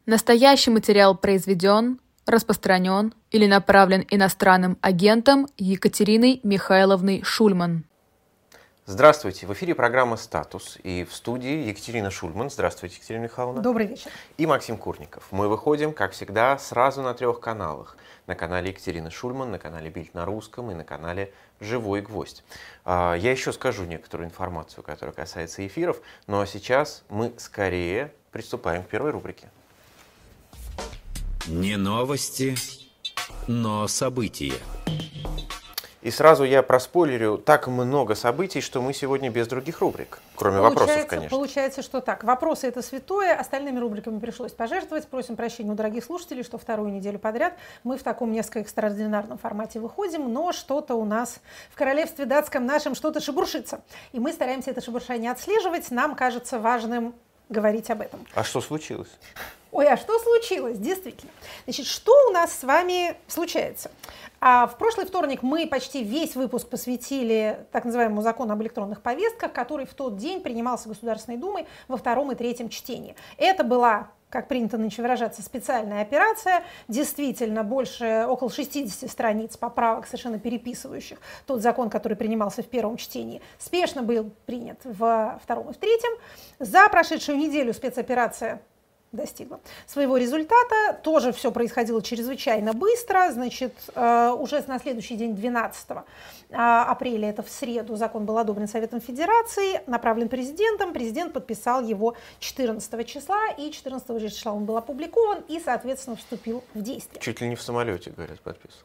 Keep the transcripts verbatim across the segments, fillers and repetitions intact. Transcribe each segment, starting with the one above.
Настоящий материал произведен, распространен или направлен иностранным агентом Екатериной Михайловной Шульман. Здравствуйте, в эфире программа «Статус» и в студии Екатерина Шульман. Здравствуйте, Екатерина Михайловна. Добрый вечер. И Максим Курников. Мы выходим, как всегда, сразу на трех каналах. На канале Екатерины Шульман, на канале Бильд на русском и на канале «Живой гвоздь». Я еще скажу некоторую информацию, которая касается эфиров, но сейчас мы скорее приступаем к первой рубрике. Не новости, но события. И сразу я проспойлерю, так много событий, что мы сегодня без других рубрик, кроме получается, вопросов, конечно. Получается, что так. Вопросы — это святое, остальными рубриками пришлось пожертвовать. Просим прощения у дорогих слушателей, что вторую неделю подряд мы в таком несколько экстраординарном формате выходим, но что-то у нас в королевстве датском нашем что-то шебуршится. И мы стараемся это шебуршание отслеживать. Нам кажется важным говорить об этом. А что случилось? Ой, а что случилось? Действительно. Значит, что у нас с вами случается? А в прошлый вторник мы почти весь выпуск посвятили так называемому закону об электронных повестках, который в тот день принимался Государственной Думой во втором и третьем чтении. Это была, как принято нынче выражаться, специальная операция. Действительно, больше, около шестидесяти страниц поправок, совершенно переписывающих тот закон, который принимался в первом чтении, спешно был принят во втором и в третьем. За прошедшую неделю спецоперация достигла своего результата. Тоже все происходило чрезвычайно быстро. Значит, уже на следующий день, двенадцатого апреля, это в среду, закон был одобрен Советом Федерации, направлен президентом. Президент подписал его четырнадцатого числа, и четырнадцатого числа он был опубликован и, соответственно, вступил в действие. Чуть ли не в самолете, говорят, подписывал.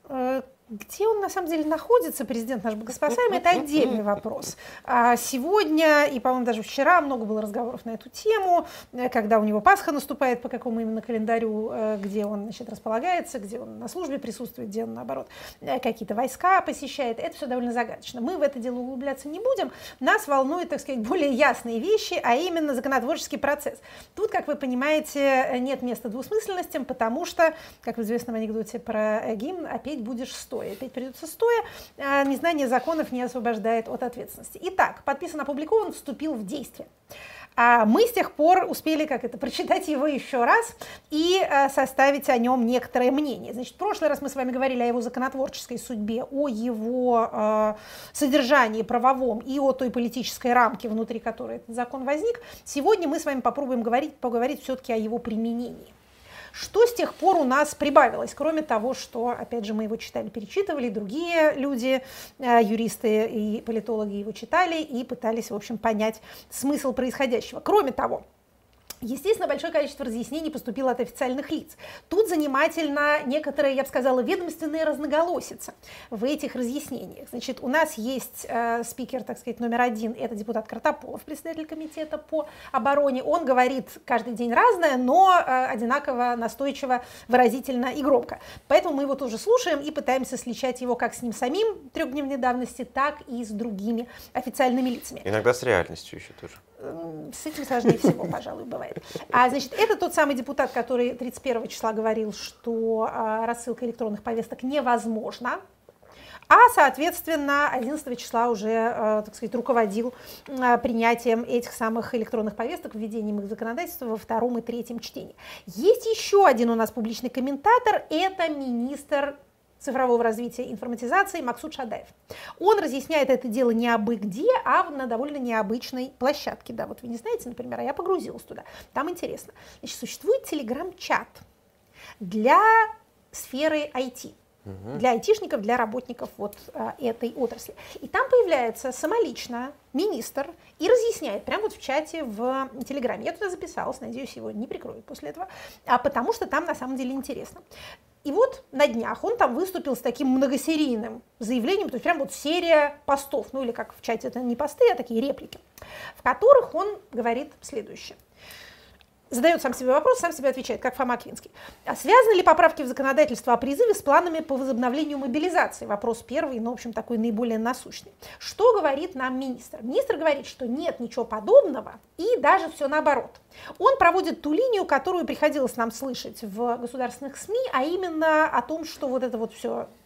Где он на самом деле находится, президент наш богоспасаемый, это отдельный вопрос. А сегодня и, по-моему, даже вчера много было разговоров на эту тему, когда у него Пасха наступает, по какому именно календарю, где он, значит, располагается, где он на службе присутствует, где он, наоборот, какие-то войска посещает. Это все довольно загадочно. Мы в это дело углубляться не будем. Нас волнуют, так сказать, более ясные вещи, а именно законотворческий процесс. Тут, как вы понимаете, нет места двусмысленностям, потому что, как в известном анекдоте про гимн, «А петь будешь стоя». Опять придется стоя. Незнание законов не освобождает от ответственности. Итак, подписан, опубликован, вступил в действие. А мы с тех пор успели, как это, прочитать его еще раз и составить о нем некоторое мнение. Значит, в прошлый раз мы с вами говорили о его законотворческой судьбе, о его э, содержании правовом и о той политической рамке, внутри которой этот закон возник. Сегодня мы с вами попробуем говорить, поговорить все-таки о его применении. Что с тех пор у нас прибавилось, кроме того, что, опять же, мы его читали, перечитывали, другие люди, юристы и политологи его читали и пытались, в общем, понять смысл происходящего. Кроме того, естественно, большое количество разъяснений поступило от официальных лиц. Тут занимательна некоторая, я бы сказала, ведомственная разноголосица в этих разъяснениях. Значит, у нас есть э, спикер, так сказать, номер один, это депутат Картополов, председатель комитета по обороне. Он говорит каждый день разное, но э, одинаково, настойчиво, выразительно и громко. Поэтому мы его тоже слушаем и пытаемся сличать его как с ним самим трехдневной давности, так и с другими официальными лицами. Иногда с реальностью еще тоже. С этим сложнее всего, пожалуй, бывает. А, значит, это тот самый депутат, который тридцать первого числа говорил, что а, рассылка электронных повесток невозможна, а, соответственно, одиннадцатого числа уже, а, так сказать, руководил а, принятием этих самых электронных повесток, введением их в законодательство во втором и третьем чтении. Есть еще один у нас публичный комментатор, это министр цифрового развития и информатизации Максут Шадаев. Он разъясняет это дело не абы где, а на довольно необычной площадке. Да, вот вы не знаете, например, а я погрузилась туда. Там интересно. Значит, существует телеграм-чат для сферы ай ти. Для айтишников, для работников вот а, этой отрасли. И там появляется самолично министр и разъясняет прямо вот в чате в Телеграме. Я туда записалась, надеюсь, его не прикроют после этого, а потому что там на самом деле интересно. И вот на днях он там выступил с таким многосерийным заявлением, то есть прям вот серия постов, ну или как в чате это не посты, а такие реплики, в которых он говорит следующее. Задает сам себе вопрос, сам себе отвечает, как Фома Аквинский. А связаны ли поправки в законодательство о призыве с планами по возобновлению мобилизации? Вопрос первый, но, в общем, такой наиболее насущный. Что говорит нам министр? Министр говорит, что нет ничего подобного и даже все наоборот. Он проводит ту линию, которую приходилось нам слышать в государственных СМИ, а именно о том, что вот это вот все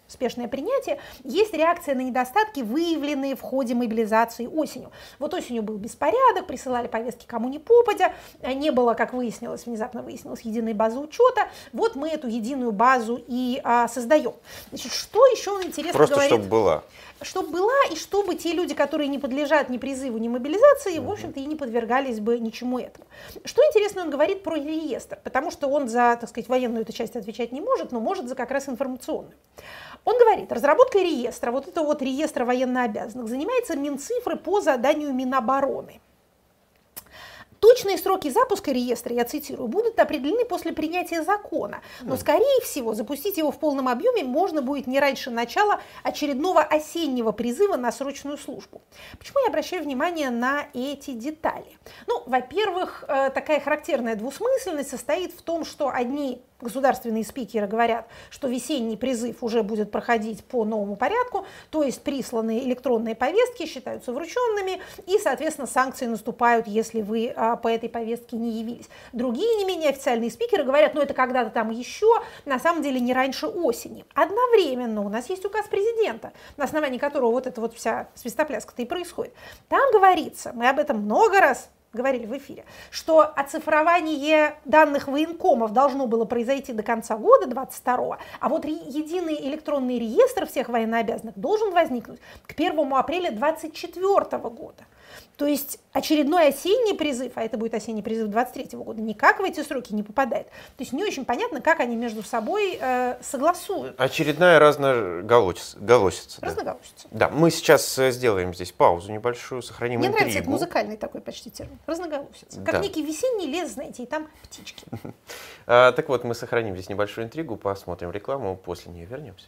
спешное принятие, есть реакция на недостатки, выявленные в ходе мобилизации осенью. Вот осенью был беспорядок, присылали повестки кому ни попадя, не было, как выяснилось, внезапно выяснилось, единой базы учета. Вот мы эту единую базу и а, создаем. Значит, что еще он интересно Просто говорит? чтобы была. Чтобы была, и чтобы те люди, которые не подлежат ни призыву, ни мобилизации, в общем-то, и не подвергались бы ничему этому. Что интересно, он говорит про реестр, потому что он за, так сказать, военную эту часть отвечать не может, но может за как раз информационную. Он говорит, разработкой реестра, вот этого вот реестра военнообязанных, занимается Минцифры по заданию Минобороны. Точные сроки запуска реестра, я цитирую, будут определены после принятия закона. Но, скорее всего, запустить его в полном объеме можно будет не раньше начала очередного осеннего призыва на срочную службу. Почему я обращаю внимание на эти детали? Ну, во-первых, такая характерная двусмысленность состоит в том, что одни государственные спикеры говорят, что весенний призыв уже будет проходить по новому порядку, то есть присланные электронные повестки считаются врученными, и, соответственно, санкции наступают, если вы а, по этой повестке не явились. Другие, не менее официальные спикеры говорят, ну это когда-то там еще, на самом деле не раньше осени. Одновременно у нас есть указ президента, на основании которого вот эта вот вся свистопляска-то и происходит. Там говорится, мы об этом много раз говорили в эфире, что оцифрование данных военкомов должно было произойти до конца года двадцать второго, а вот единый электронный реестр всех военнообязанных должен возникнуть к первому апреля двадцать четвёртого года. То есть очередной осенний призыв, а это будет осенний призыв двадцать третьего года, никак в эти сроки не попадает. То есть не очень понятно, как они между собой э, согласуют. Очередная разноголосица. Да. Разноголосица. Да, мы сейчас сделаем здесь паузу небольшую, сохраним Мне интригу. нравится этот музыкальный такой почти термин. Разноголосица. Как Да. некий весенний лес, знаете, и там птички. А, так вот, мы сохраним здесь небольшую интригу, посмотрим рекламу, после нее вернемся.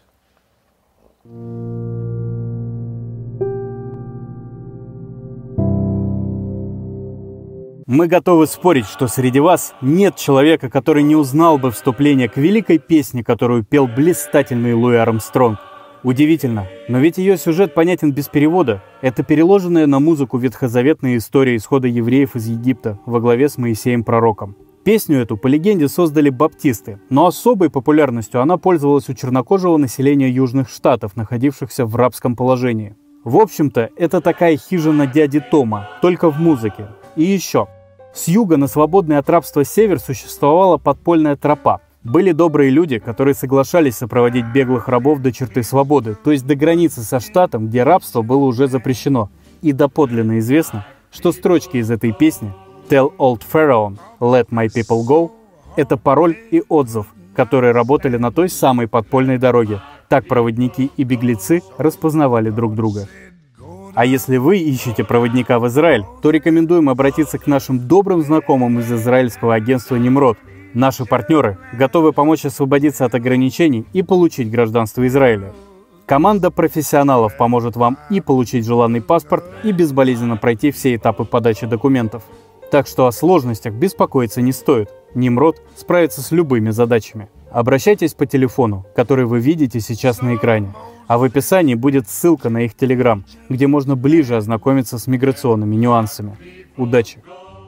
Мы готовы спорить, что среди вас нет человека, который не узнал бы вступление к великой песне, которую пел блистательный Луи Армстронг. Удивительно, но ведь ее сюжет понятен без перевода. Это переложенная на музыку ветхозаветная история исхода евреев из Египта во главе с Моисеем пророком. Песню эту, по легенде, создали баптисты, но особой популярностью она пользовалась у чернокожего населения Южных Штатов, находившихся в рабском положении. В общем-то, это такая хижина дяди Тома, только в музыке. И еще. С юга на свободный от рабства север существовала подпольная тропа. Были добрые люди, которые соглашались сопроводить беглых рабов до черты свободы, то есть до границы со штатом, где рабство было уже запрещено. И доподлинно известно, что строчки из этой песни «Tell old Pharaoh, let my people go» — это пароль и отзыв, которые работали на той самой подпольной дороге. Так проводники и беглецы распознавали друг друга. А если вы ищете проводника в Израиль, то рекомендуем обратиться к нашим добрым знакомым из израильского агентства «Нимрод». Наши партнеры готовы помочь освободиться от ограничений и получить гражданство Израиля. Команда профессионалов поможет вам и получить желанный паспорт, и безболезненно пройти все этапы подачи документов. Так что о сложностях беспокоиться не стоит. «Нимрод» справится с любыми задачами. Обращайтесь по телефону, который вы видите сейчас на экране. А в описании будет ссылка на их Telegram, где можно ближе ознакомиться с миграционными нюансами. Удачи!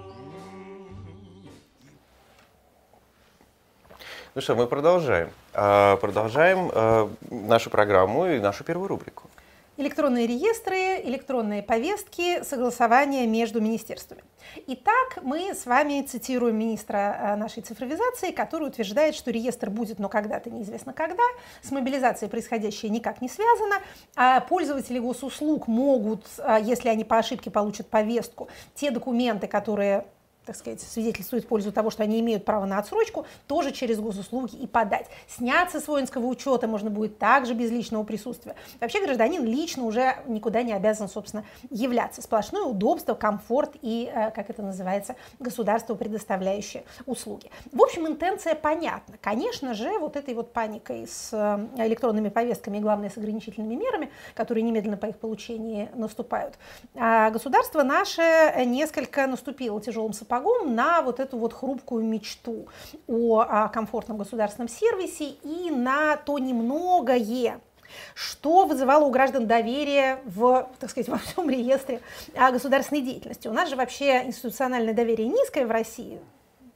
Ну что, мы продолжаем. Продолжаем нашу программу и нашу первую рубрику. Электронные реестры, электронные повестки, согласование между министерствами. Итак, мы с вами цитируем министра нашей цифровизации, который утверждает, что реестр будет, но когда-то неизвестно когда, с мобилизацией происходящее никак не связано, а пользователи госуслуг могут, если они по ошибке получат повестку, те документы, которые, так сказать, свидетельствует в пользу того, что они имеют право на отсрочку, тоже через госуслуги и подать. Сняться с воинского учета можно будет также без личного присутствия. Вообще гражданин лично уже никуда не обязан, собственно, являться. Сплошное удобство, комфорт и, как это называется, государство, предоставляющее услуги. В общем, интенция понятна. Конечно же, вот этой вот паникой с электронными повестками и, главное, с ограничительными мерами, которые немедленно по их получении наступают, государство наше несколько наступило тяжелым сапогом на вот эту вот хрупкую мечту о, о комфортном государственном сервисе и на то немногое, что вызывало у граждан доверие в, так сказать, во всем реестре государственной деятельности. У нас же вообще институциональное доверие низкое в России.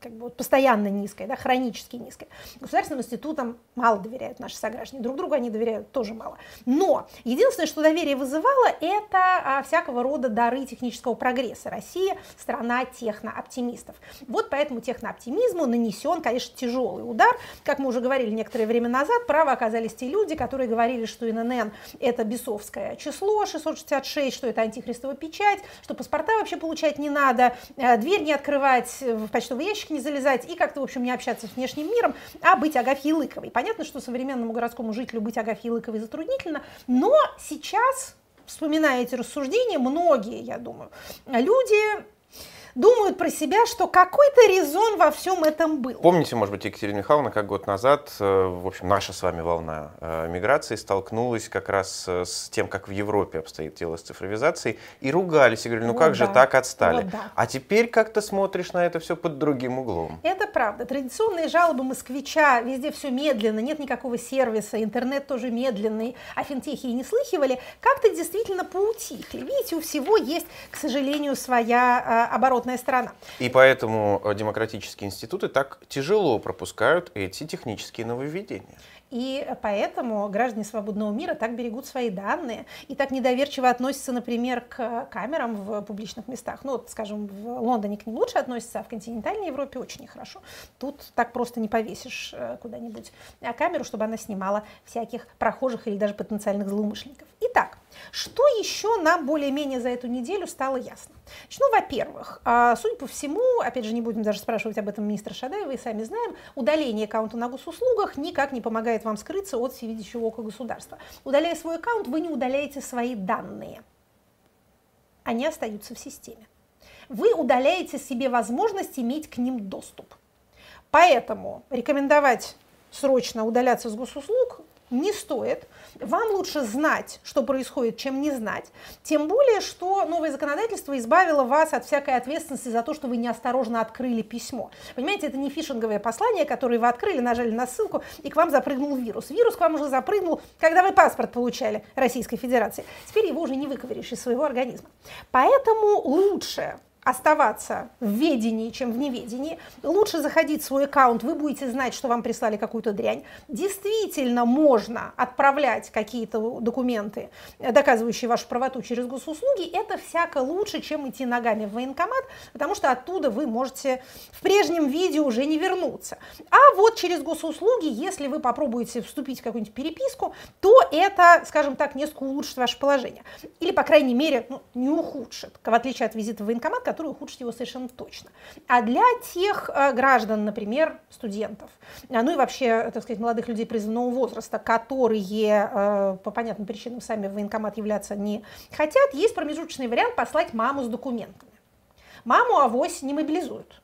как бы вот постоянно низкая, да, хронически низкая. Государственным институтам мало доверяют наши сограждане, друг другу они доверяют тоже мало. Но единственное, что доверие вызывало, это а, всякого рода дары технического прогресса. Россия – страна технооптимистов. Вот поэтому технооптимизму нанесен, конечно, тяжелый удар. Как мы уже говорили некоторое время назад, правы оказались те люди, которые говорили, что эн эн эн – это бесовское число шестьсот шестьдесят шесть, что это антихристова печать, что паспорта вообще получать не надо, дверь не открывать, в почтовый ящик не залезать и как-то, в общем, не общаться с внешним миром, а быть Агафьей Лыковой. Понятно, что современному городскому жителю быть Агафьей Лыковой затруднительно, но сейчас, вспоминая эти рассуждения, многие, я думаю, люди думают про себя, что какой-то резон во всем этом был. Помните, может быть, Екатерина Михайловна, как год назад, в общем, наша с вами волна миграции столкнулась как раз с тем, как в Европе обстоит дело с цифровизацией, и ругались, и говорили, ну вот как да. же так отстали. Вот да. А теперь как-то смотришь на это все под другим углом. Это правда. Традиционные жалобы москвича, везде все медленно, нет никакого сервиса, интернет тоже медленный, а финтехи и не слыхивали, как-то действительно поутихли. Видите, у всего есть, к сожалению, своя э, оборотная сторона. И поэтому демократические институты так тяжело пропускают эти технические нововведения. И поэтому граждане свободного мира так берегут свои данные и так недоверчиво относятся, например, к камерам в публичных местах. Ну, вот, скажем, в Лондоне к ним лучше относятся, а в континентальной Европе очень нехорошо. Тут так просто не повесишь куда-нибудь камеру, чтобы она снимала всяких прохожих или даже потенциальных злоумышленников. Итак, что еще нам более-менее за эту неделю стало ясно? Ну, во-первых, судя по всему, опять же, не будем даже спрашивать об этом министра Шадаева, и сами знаем, удаление аккаунта на госуслугах никак не помогает вам скрыться от всевидящего ока государства. Удаляя свой аккаунт, вы не удаляете свои данные. Они остаются в системе. Вы удаляете себе возможность иметь к ним доступ. Поэтому рекомендовать срочно удаляться с госуслуг не стоит. Вам лучше знать, что происходит, чем не знать. Тем более, что новое законодательство избавило вас от всякой ответственности за то, что вы неосторожно открыли письмо. Понимаете, это не фишинговое послание, которое вы открыли, нажали на ссылку, и к вам запрыгнул вирус. Вирус к вам уже запрыгнул, когда вы паспорт получали Российской Федерации. Теперь его уже не выковыришь из своего организма. Поэтому лучше оставаться в ведении, чем в неведении. Лучше заходить в свой аккаунт, вы будете знать, что вам прислали какую-то дрянь. Действительно можно отправлять какие-то документы, доказывающие вашу правоту через госуслуги. Это всяко лучше, чем идти ногами в военкомат, потому что оттуда вы можете в прежнем виде уже не вернуться. А вот через госуслуги, если вы попробуете вступить в какую-нибудь переписку, то это, скажем так, несколько улучшит ваше положение. Или, по крайней мере, ну, не ухудшит, в отличие от визита в военкомат, который ухудшит его совершенно точно. А для тех э, граждан, например, студентов, ну и вообще, так сказать, молодых людей призывного возраста, которые э, по понятным причинам сами в военкомат являться не хотят, есть промежуточный вариант послать маму с документами. Маму авось не мобилизуют.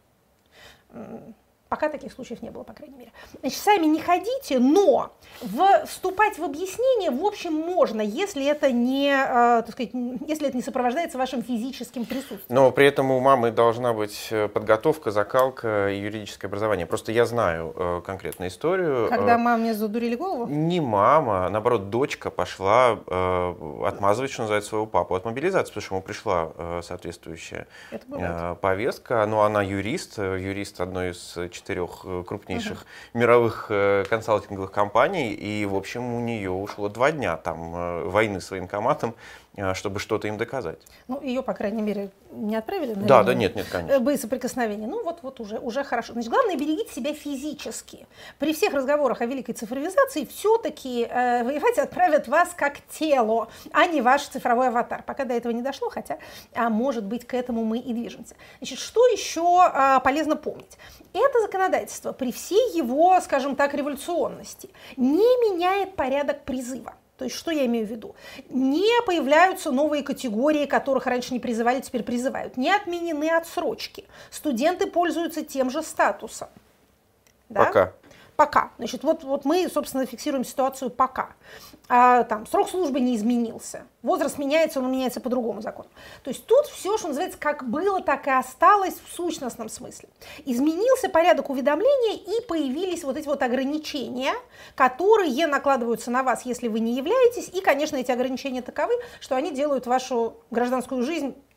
Пока таких случаев не было, по крайней мере. Значит, сами не ходите, но в, вступать в объяснение, в общем, можно, если это не, э, так сказать, если это не сопровождается вашим физическим присутствием. Но при этом у мамы должна быть подготовка, закалка и юридическое образование. Просто я знаю э, конкретную историю. Когда маме задурили голову? Не мама, а наоборот, дочка пошла э, отмазывать, что называется, своего папу от мобилизации, потому что ему пришла э, соответствующая э, повестка. Но она юрист, юрист одной из четырех крупнейших uh-huh. мировых э, консалтинговых компаний, и, в общем, у нее ушло два дня там э, войны с военкоматом, э, чтобы что-то им доказать. Ну, ее, по крайней мере, не отправили на да, да, нет, нет, конечно. боесоприкосновения. Ну, вот, вот уже, уже хорошо. Значит, главное, берегите себя физически. При всех разговорах о великой цифровизации все-таки э, воевать отправят вас как тело, а не ваш цифровой аватар. Пока до этого не дошло, хотя, а может быть, к этому мы и движемся. Значит, что еще э, полезно помнить? Это законодательство при всей его, скажем так, революционности не меняет порядок призыва. То есть, что я имею в виду? Не появляются новые категории, которых раньше не призывали, теперь призывают. Не отменены отсрочки. Студенты пользуются тем же статусом. Да? Пока. Пока. Значит, вот, вот мы, собственно, фиксируем ситуацию пока. А, там, срок службы не изменился. Возраст меняется, он меняется по другому закону. То есть тут все, что называется, как было, так и осталось в сущностном смысле. Изменился порядок уведомления, и появились вот эти вот ограничения, которые накладываются на вас, если вы не являетесь. И, конечно, эти ограничения таковы, что они делают вашу гражданскую жизнь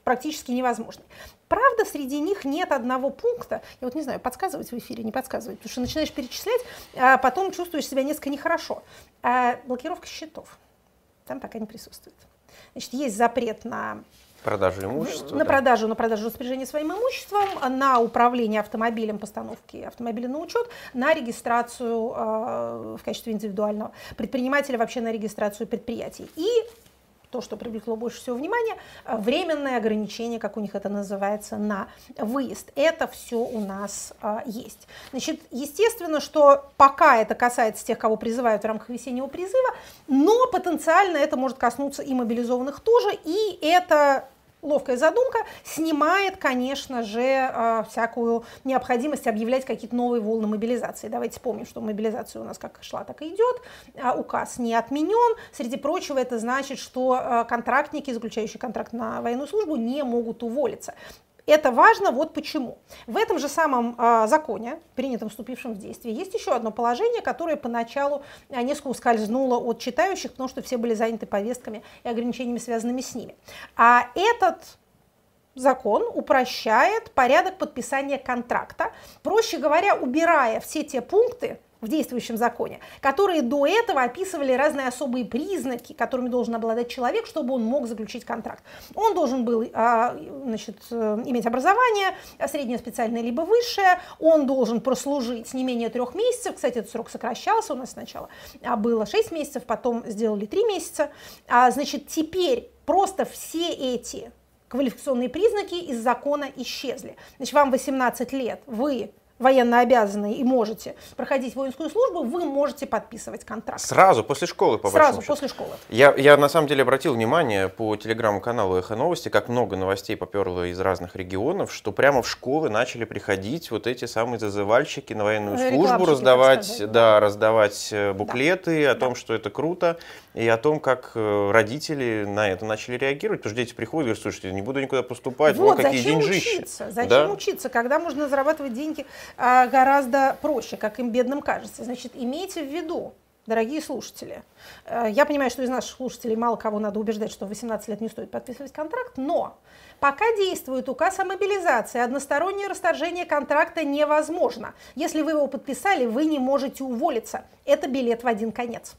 практически невозможной. Правда, среди них нет одного пункта, я вот не знаю, подсказывать в эфире, не подсказывать, потому что начинаешь перечислять, а потом чувствуешь себя несколько нехорошо. А блокировка счетов там пока не присутствует. Значит, есть запрет на продажу имущества. На да. продажу, на продажу распоряжения своим имуществом, на управление автомобилем, постановки автомобиля на учет, на регистрацию э, в качестве индивидуального предпринимателя, вообще на регистрацию предприятий. И то, что привлекло больше всего внимания, временное ограничение, как у них это называется, на выезд. Это все у нас а, есть. Значит, естественно, что пока это касается тех, кого призывают в рамках весеннего призыва, но потенциально это может коснуться и мобилизованных тоже, и это... Ловкая задумка снимает, конечно же, всякую необходимость объявлять какие-то новые волны мобилизации. Давайте вспомним, что мобилизация у нас как шла, так и идет. Указ не отменен. Среди прочего, это значит, что контрактники, заключающие контракт на военную службу, не могут уволиться. Это важно, вот почему. В этом же самом э, законе, принятом, вступившем в действие, есть еще одно положение, которое поначалу э, несколько ускользнуло от читающих, потому что все были заняты повестками и ограничениями, связанными с ними. А этот закон упрощает порядок подписания контракта, проще говоря, убирая все те пункты в действующем законе, которые до этого описывали разные особые признаки, которыми должен обладать человек, чтобы он мог заключить контракт. Он должен был значит, иметь образование, среднее, специальное, либо высшее, он должен прослужить не менее трех месяцев, кстати, этот срок сокращался у нас сначала, было шесть месяцев, потом сделали три месяца, значит, теперь просто все эти квалификационные признаки из закона исчезли. Значит, вам восемнадцать лет, вы военно обязанные и можете проходить воинскую службу, вы можете подписывать контракт. Сразу, после школы, по Сразу, большому счету. после школы. Я, я на самом деле обратил внимание по телеграм-каналу «Эхо Новости», как много новостей поперло из разных регионов, что прямо в школы начали приходить вот эти самые зазывальщики на военную службу, раздавать, да, раздавать буклеты да. о том, что это круто, и о том, как родители на это начали реагировать, потому что дети приходят и говорят: слушайте, не буду никуда поступать, вот, вот какие деньжищи. Учиться? Зачем да? учиться, когда можно зарабатывать деньги гораздо проще, как им бедным кажется. Значит, имейте в виду, дорогие слушатели, я понимаю, что из наших слушателей мало кого надо убеждать, что в восемнадцать лет не стоит подписывать контракт, но пока действует указ о мобилизации, одностороннее расторжение контракта невозможно. Если вы его подписали, вы не можете уволиться. Это билет в один конец.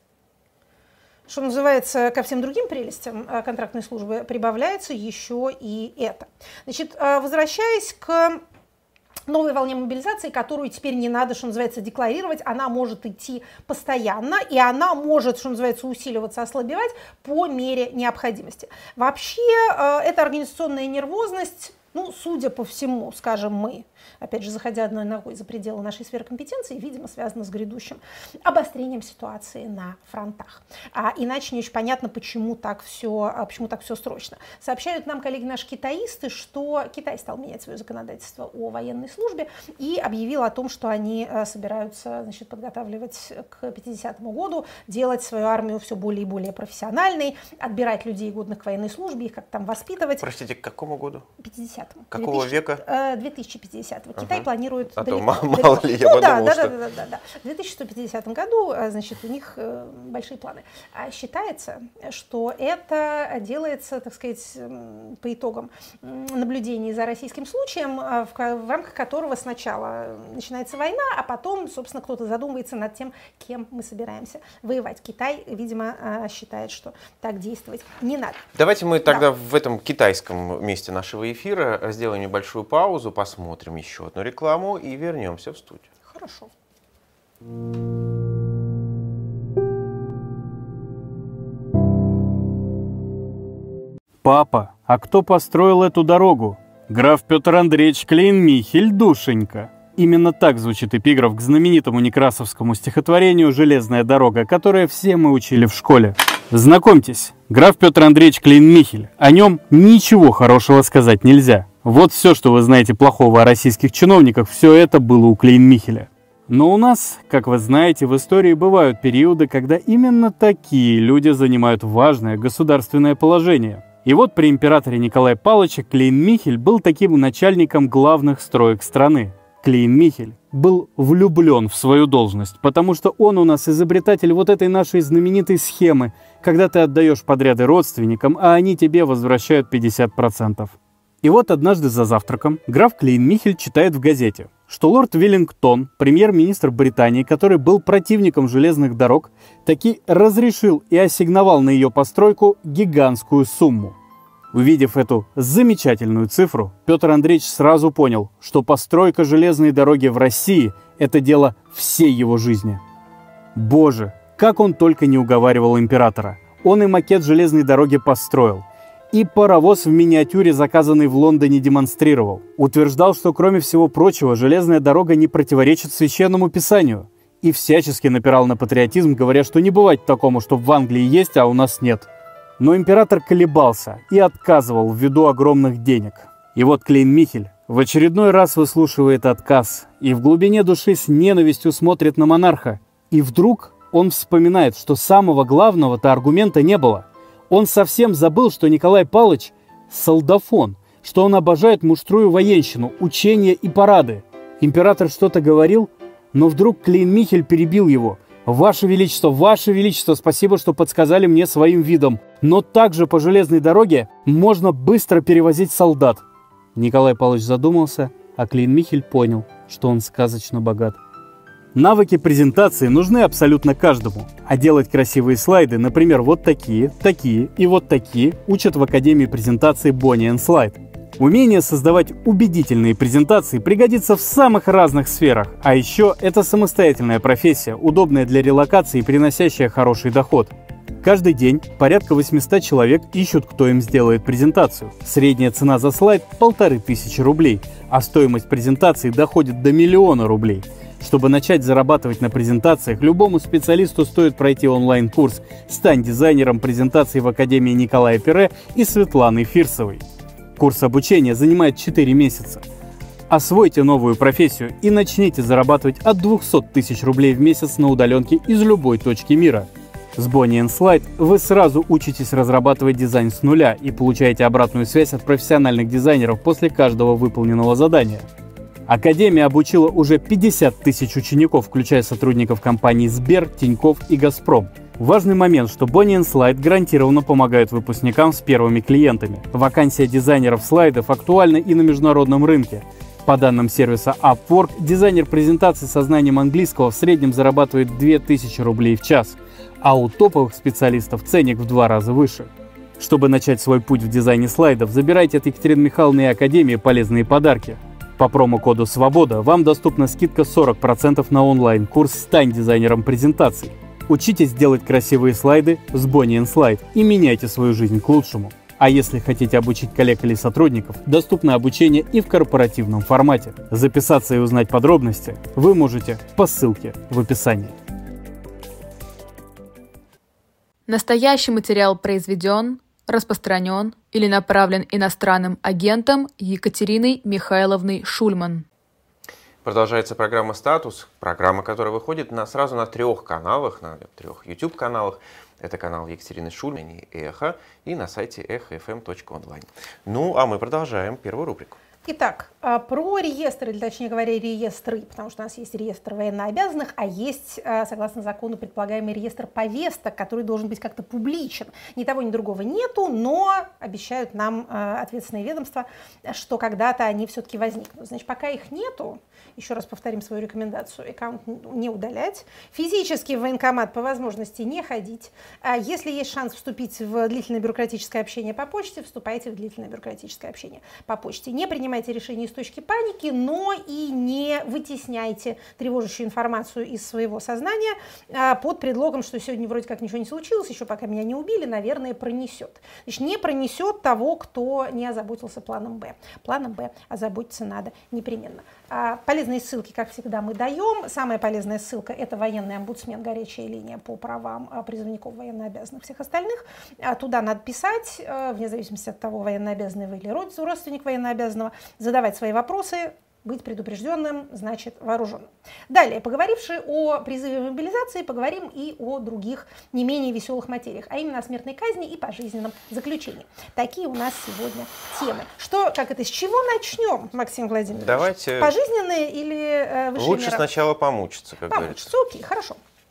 Что называется, ко всем другим прелестям контрактной службы прибавляется еще и это. Значит, возвращаясь к новой волне мобилизации, которую теперь не надо, что называется, декларировать, она может идти постоянно, и она может, что называется, усиливаться, ослабевать по мере необходимости. Вообще, эта организационная нервозность, ну, судя по всему, скажем мы, опять же, заходя одной ногой за пределы нашей сферы компетенции, видимо, связано с грядущим обострением ситуации на фронтах. А иначе не очень понятно, почему так все, почему так все срочно. Сообщают нам коллеги наши китаисты, что Китай стал менять свое законодательство о военной службе и объявил о том, что они собираются, значит, подготавливать к пятидесятому году, делать свою армию все более и более профессиональной, отбирать людей, годных к военной службе, их как-то там воспитывать. Простите, к какому году? пятидесятому. Какого века? две тысячи пятидесятого. Китай ага. планирует а далеко. То, мало ли, я ну, подумал, да, что... да, да, да, да. В две тысячи сто пятидесятом году, значит, у них большие планы. А считается, что это делается, так сказать, по итогам наблюдений за российским случаем, в, в рамках которого сначала начинается война, а потом, собственно, кто-то задумывается над тем, кем мы собираемся воевать. Китай, видимо, считает, что так действовать не надо. Давайте мы тогда да. в этом китайском месте нашего эфира сделаем небольшую паузу, посмотрим еще одну рекламу и вернемся в студию. Хорошо. Папа, а кто построил эту дорогу? Граф Петр Андреевич Клейн-Михель, душенька. Именно так звучит эпиграф к знаменитому некрасовскому стихотворению «Железная дорога», которое все мы учили в школе. Знакомьтесь, граф Петр Андреевич Клейн-Михель. О нем ничего хорошего сказать нельзя. Вот все, что вы знаете плохого о российских чиновниках, все это было у Клейн-Михеля. Но у нас, как вы знаете, в истории бывают периоды, когда именно такие люди занимают важное государственное положение. И вот при императоре Николае Павловиче Клейн-Михель был таким начальником главных строек страны. Клейн-Михель был влюблен в свою должность, потому что он у нас изобретатель вот этой нашей знаменитой схемы, когда ты отдаешь подряды родственникам, а они тебе возвращают пятьдесят процентов. И вот однажды за завтраком граф Клейн-Михель читает в газете, что лорд Веллингтон, премьер-министр Британии, который был противником железных дорог, таки разрешил и ассигновал на ее постройку гигантскую сумму. Увидев эту замечательную цифру, Петр Андреевич сразу понял, что постройка железной дороги в России – это дело всей его жизни. Боже, как он только не уговаривал императора. Он и макет железной дороги построил. И паровоз в миниатюре, заказанный в Лондоне, демонстрировал. Утверждал, что, кроме всего прочего, железная дорога не противоречит священному писанию. И всячески напирал на патриотизм, говоря, что не бывает такому, что в Англии есть, а у нас нет. Но император колебался и отказывал ввиду огромных денег. И вот Клейн-Михель в очередной раз выслушивает отказ и в глубине души с ненавистью смотрит на монарха. И вдруг он вспоминает, что самого главного-то аргумента не было. Он совсем забыл, что Николай Павлович – солдафон, что он обожает муштрую военщину, учения и парады. Император что-то говорил, но вдруг Клейн-Михель перебил его. «Ваше Величество, Ваше Величество, спасибо, что подсказали мне своим видом. Но также по железной дороге можно быстро перевозить солдат». Николай Павлович задумался, а Клейн-Михель понял, что он сказочно богат. Навыки презентации нужны абсолютно каждому, а делать красивые слайды, например, вот такие, такие и вот такие, учат в Академии презентации Bonnie энд Clyde. Умение создавать убедительные презентации пригодится в самых разных сферах, а еще это самостоятельная профессия, удобная для релокации и приносящая хороший доход. Каждый день порядка восемьсот человек ищут, кто им сделает презентацию. Средняя цена за слайд – полторы тысячи рублей, а стоимость презентации доходит до миллиона рублей. Чтобы начать зарабатывать на презентациях, любому специалисту стоит пройти онлайн-курс «Стань дизайнером презентаций» в Академии Николая Пере и Светланы Фирсовой. Курс обучения занимает четыре месяца. Освойте новую профессию и начните зарабатывать от двухсот тысяч рублей в месяц на удаленке из любой точки мира. С Bonnie энд Clyde вы сразу учитесь разрабатывать дизайн с нуля и получаете обратную связь от профессиональных дизайнеров после каждого выполненного задания. Академия обучила уже пятьдесят тысяч учеников, включая сотрудников компаний Сбер, Тинькофф и Газпром. Важный момент, что Bonnie энд Clyde гарантированно помогают выпускникам с первыми клиентами. Вакансия дизайнеров слайдов актуальна и на международном рынке. По данным сервиса Upwork, дизайнер презентаций со знанием английского в среднем зарабатывает две тысячи рублей в час, а у топовых специалистов ценник в два раза выше. Чтобы начать свой путь в дизайне слайдов, забирайте от Екатерины Михайловны и Академии полезные подарки. По промокоду «Свобода» вам доступна скидка сорок процентов на онлайн-курс «Стань дизайнером презентаций». Учитесь делать красивые слайды с Bonnie энд Clyde и меняйте свою жизнь к лучшему. А если хотите обучить коллег или сотрудников, доступно обучение и в корпоративном формате. Записаться и узнать подробности вы можете по ссылке в описании. Настоящий материал произведен, распространен или направлен иностранным агентом Екатериной Михайловной Шульман. Продолжается программа «Статус», программа, которая выходит на, сразу на трех каналах, на трех YouTube-каналах. Это канал Екатерины Шульман и «Эхо», и на сайте эхо эф эм точка онлайн. Ну, а мы продолжаем первую рубрику. Итак, про реестры, или точнее говоря, реестры, потому что у нас есть реестр военнообязанных, а есть, согласно закону, предполагаемый реестр повесток, который должен быть как-то публичен. Ни того, ни другого нету, но обещают нам ответственные ведомства, что когда-то они все-таки возникнут. Значит, пока их нету, еще раз повторим свою рекомендацию, аккаунт не удалять, физически в военкомат по возможности не ходить. Если есть шанс вступить в длительное бюрократическое общение по почте, вступайте в длительное бюрократическое общение по почте. Не принимайте решения из точки паники, но и не вытесняйте тревожащую информацию из своего сознания под предлогом, что сегодня вроде как ничего не случилось, еще пока меня не убили, наверное, пронесет. Значит, не пронесет того, кто не озаботился планом Б. Планом Б озаботиться надо непременно. Полезные ссылки, как всегда, мы даем. Самая полезная ссылка – это военный омбудсмен, горячая линия по правам призывников военнообязанных, всех остальных. Туда надо писать, вне зависимости от того, военнообязанный вы или родственник военнообязанного, задавать свои вопросы, быть предупрежденным, значит вооруженным. Далее, поговоривши о призыве в мобилизации, поговорим и о других не менее веселых материях, а именно о смертной казни и пожизненном заключении. Такие у нас сегодня темы. Что, как это, с чего начнем, Максим Владимирович? Давайте. Пожизненные или э, высшие Лучше меры? Сначала помучиться, как помучиться, говорится. окей, хорошо.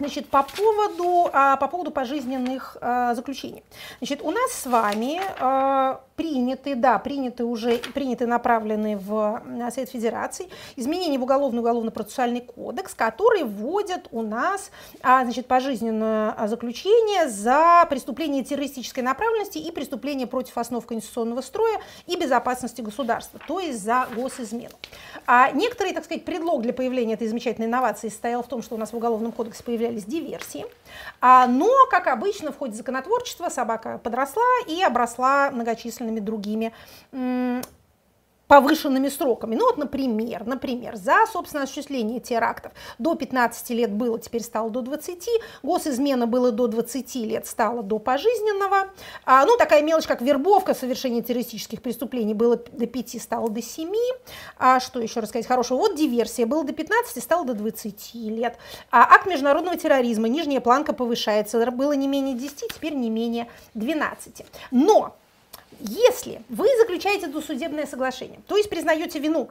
Значит, по поводу, а, по поводу пожизненных а, заключений. Значит, у нас с вами а, приняты, да, приняты уже, приняты, направлены в Совет Федерации изменения в Уголовный уголовно-процессуальный кодекс, которые вводят у нас, а, значит, пожизненное заключение за преступление террористической направленности и преступление против основ конституционного строя и безопасности государства, то есть за госизмену. А некоторый, так сказать, предлог для появления этой замечательной инновации состоял в том, что у нас в Уголовном кодексе появлялись диверсии, а, но, как обычно, в ходе законотворчества собака подросла и обросла многочисленными другими м- повышенными сроками. Ну вот, например, например, за, собственно, осуществление терактов до пятнадцати лет было, теперь стало до двадцати, госизмена было до двадцати лет, стало до пожизненного. А, ну, такая мелочь, как вербовка, совершение террористических преступлений было до пяти, стало до семи. А что еще рассказать хорошего? Вот диверсия, было до пятнадцати, стало до двадцати лет. А акт международного терроризма, нижняя планка повышается, было не менее десяти, теперь не менее двенадцати. Но если вы заключаете досудебное соглашение, то есть признаете вину,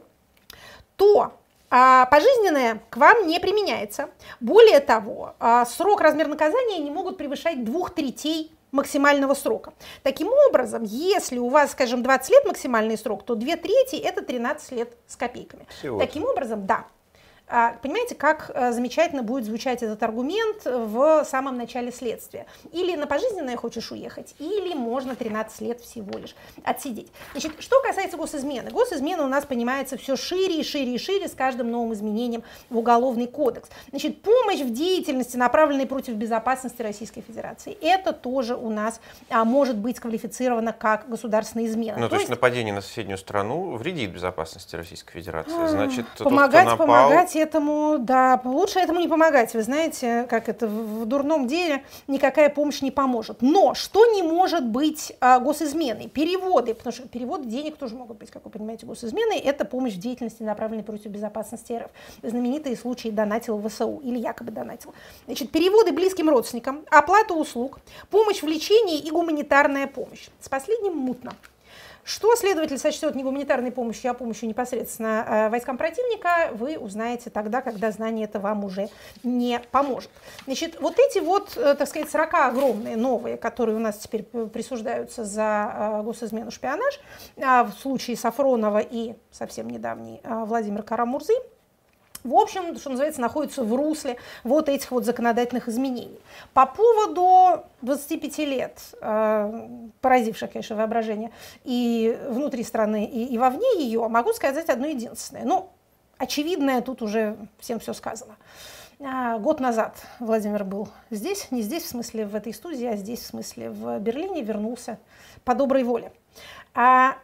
то а, пожизненное к вам не применяется. Более того, а, срок, размер наказания не могут превышать двух третей максимального срока. Таким образом, если у вас, скажем, двадцать лет максимальный срок, то две трети это тринадцать лет с копейками. Всего. Таким образом, да. Понимаете, как замечательно будет звучать этот аргумент в самом начале следствия. Или на пожизненное хочешь уехать, или можно тринадцать лет всего лишь отсидеть. Значит, что касается госизмены. Госизмена у нас понимается все шире и шире и шире с каждым новым изменением в Уголовный кодекс. Значит, помощь в деятельности, направленной против безопасности Российской Федерации, это тоже у нас а, может быть квалифицировано как государственная измена. Ну, то, то есть нападение на соседнюю страну вредит безопасности Российской Федерации. Значит, помогать, тот, кто напал... помогать этому, да, лучше этому не помогать. Вы знаете, как это в дурном деле никакая помощь не поможет. Но что не может быть а, госизменой? Переводы, потому что переводы денег тоже могут быть, как вы понимаете, госизменой. Это помощь в деятельности, направленной против безопасности РФ. Знаменитые случаи донатил ВСУ или якобы донатил. Значит, переводы близким родственникам, оплата услуг, помощь в лечении и гуманитарная помощь. С последним мутно. Что следователь сочтет не гуманитарной помощью, а помощью непосредственно э, войскам противника, вы узнаете тогда, когда знание это вам уже не поможет. Значит, вот эти вот, э, так сказать, срока огромные, новые, которые у нас теперь присуждаются за э, госизмену, шпионаж, э, в случае Сафронова и совсем недавний э, Владимир Кара-Мурзы, в общем, что называется, находится в русле вот этих вот законодательных изменений. По поводу двадцати пяти лет, э, поразивших, конечно, воображение и внутри страны, и, и вовне ее, могу сказать одно единственное. Ну, очевидное, тут уже всем все сказано. А, год назад Владимир был здесь, не здесь в смысле в этой студии, а здесь в смысле в Берлине, вернулся по доброй воле. А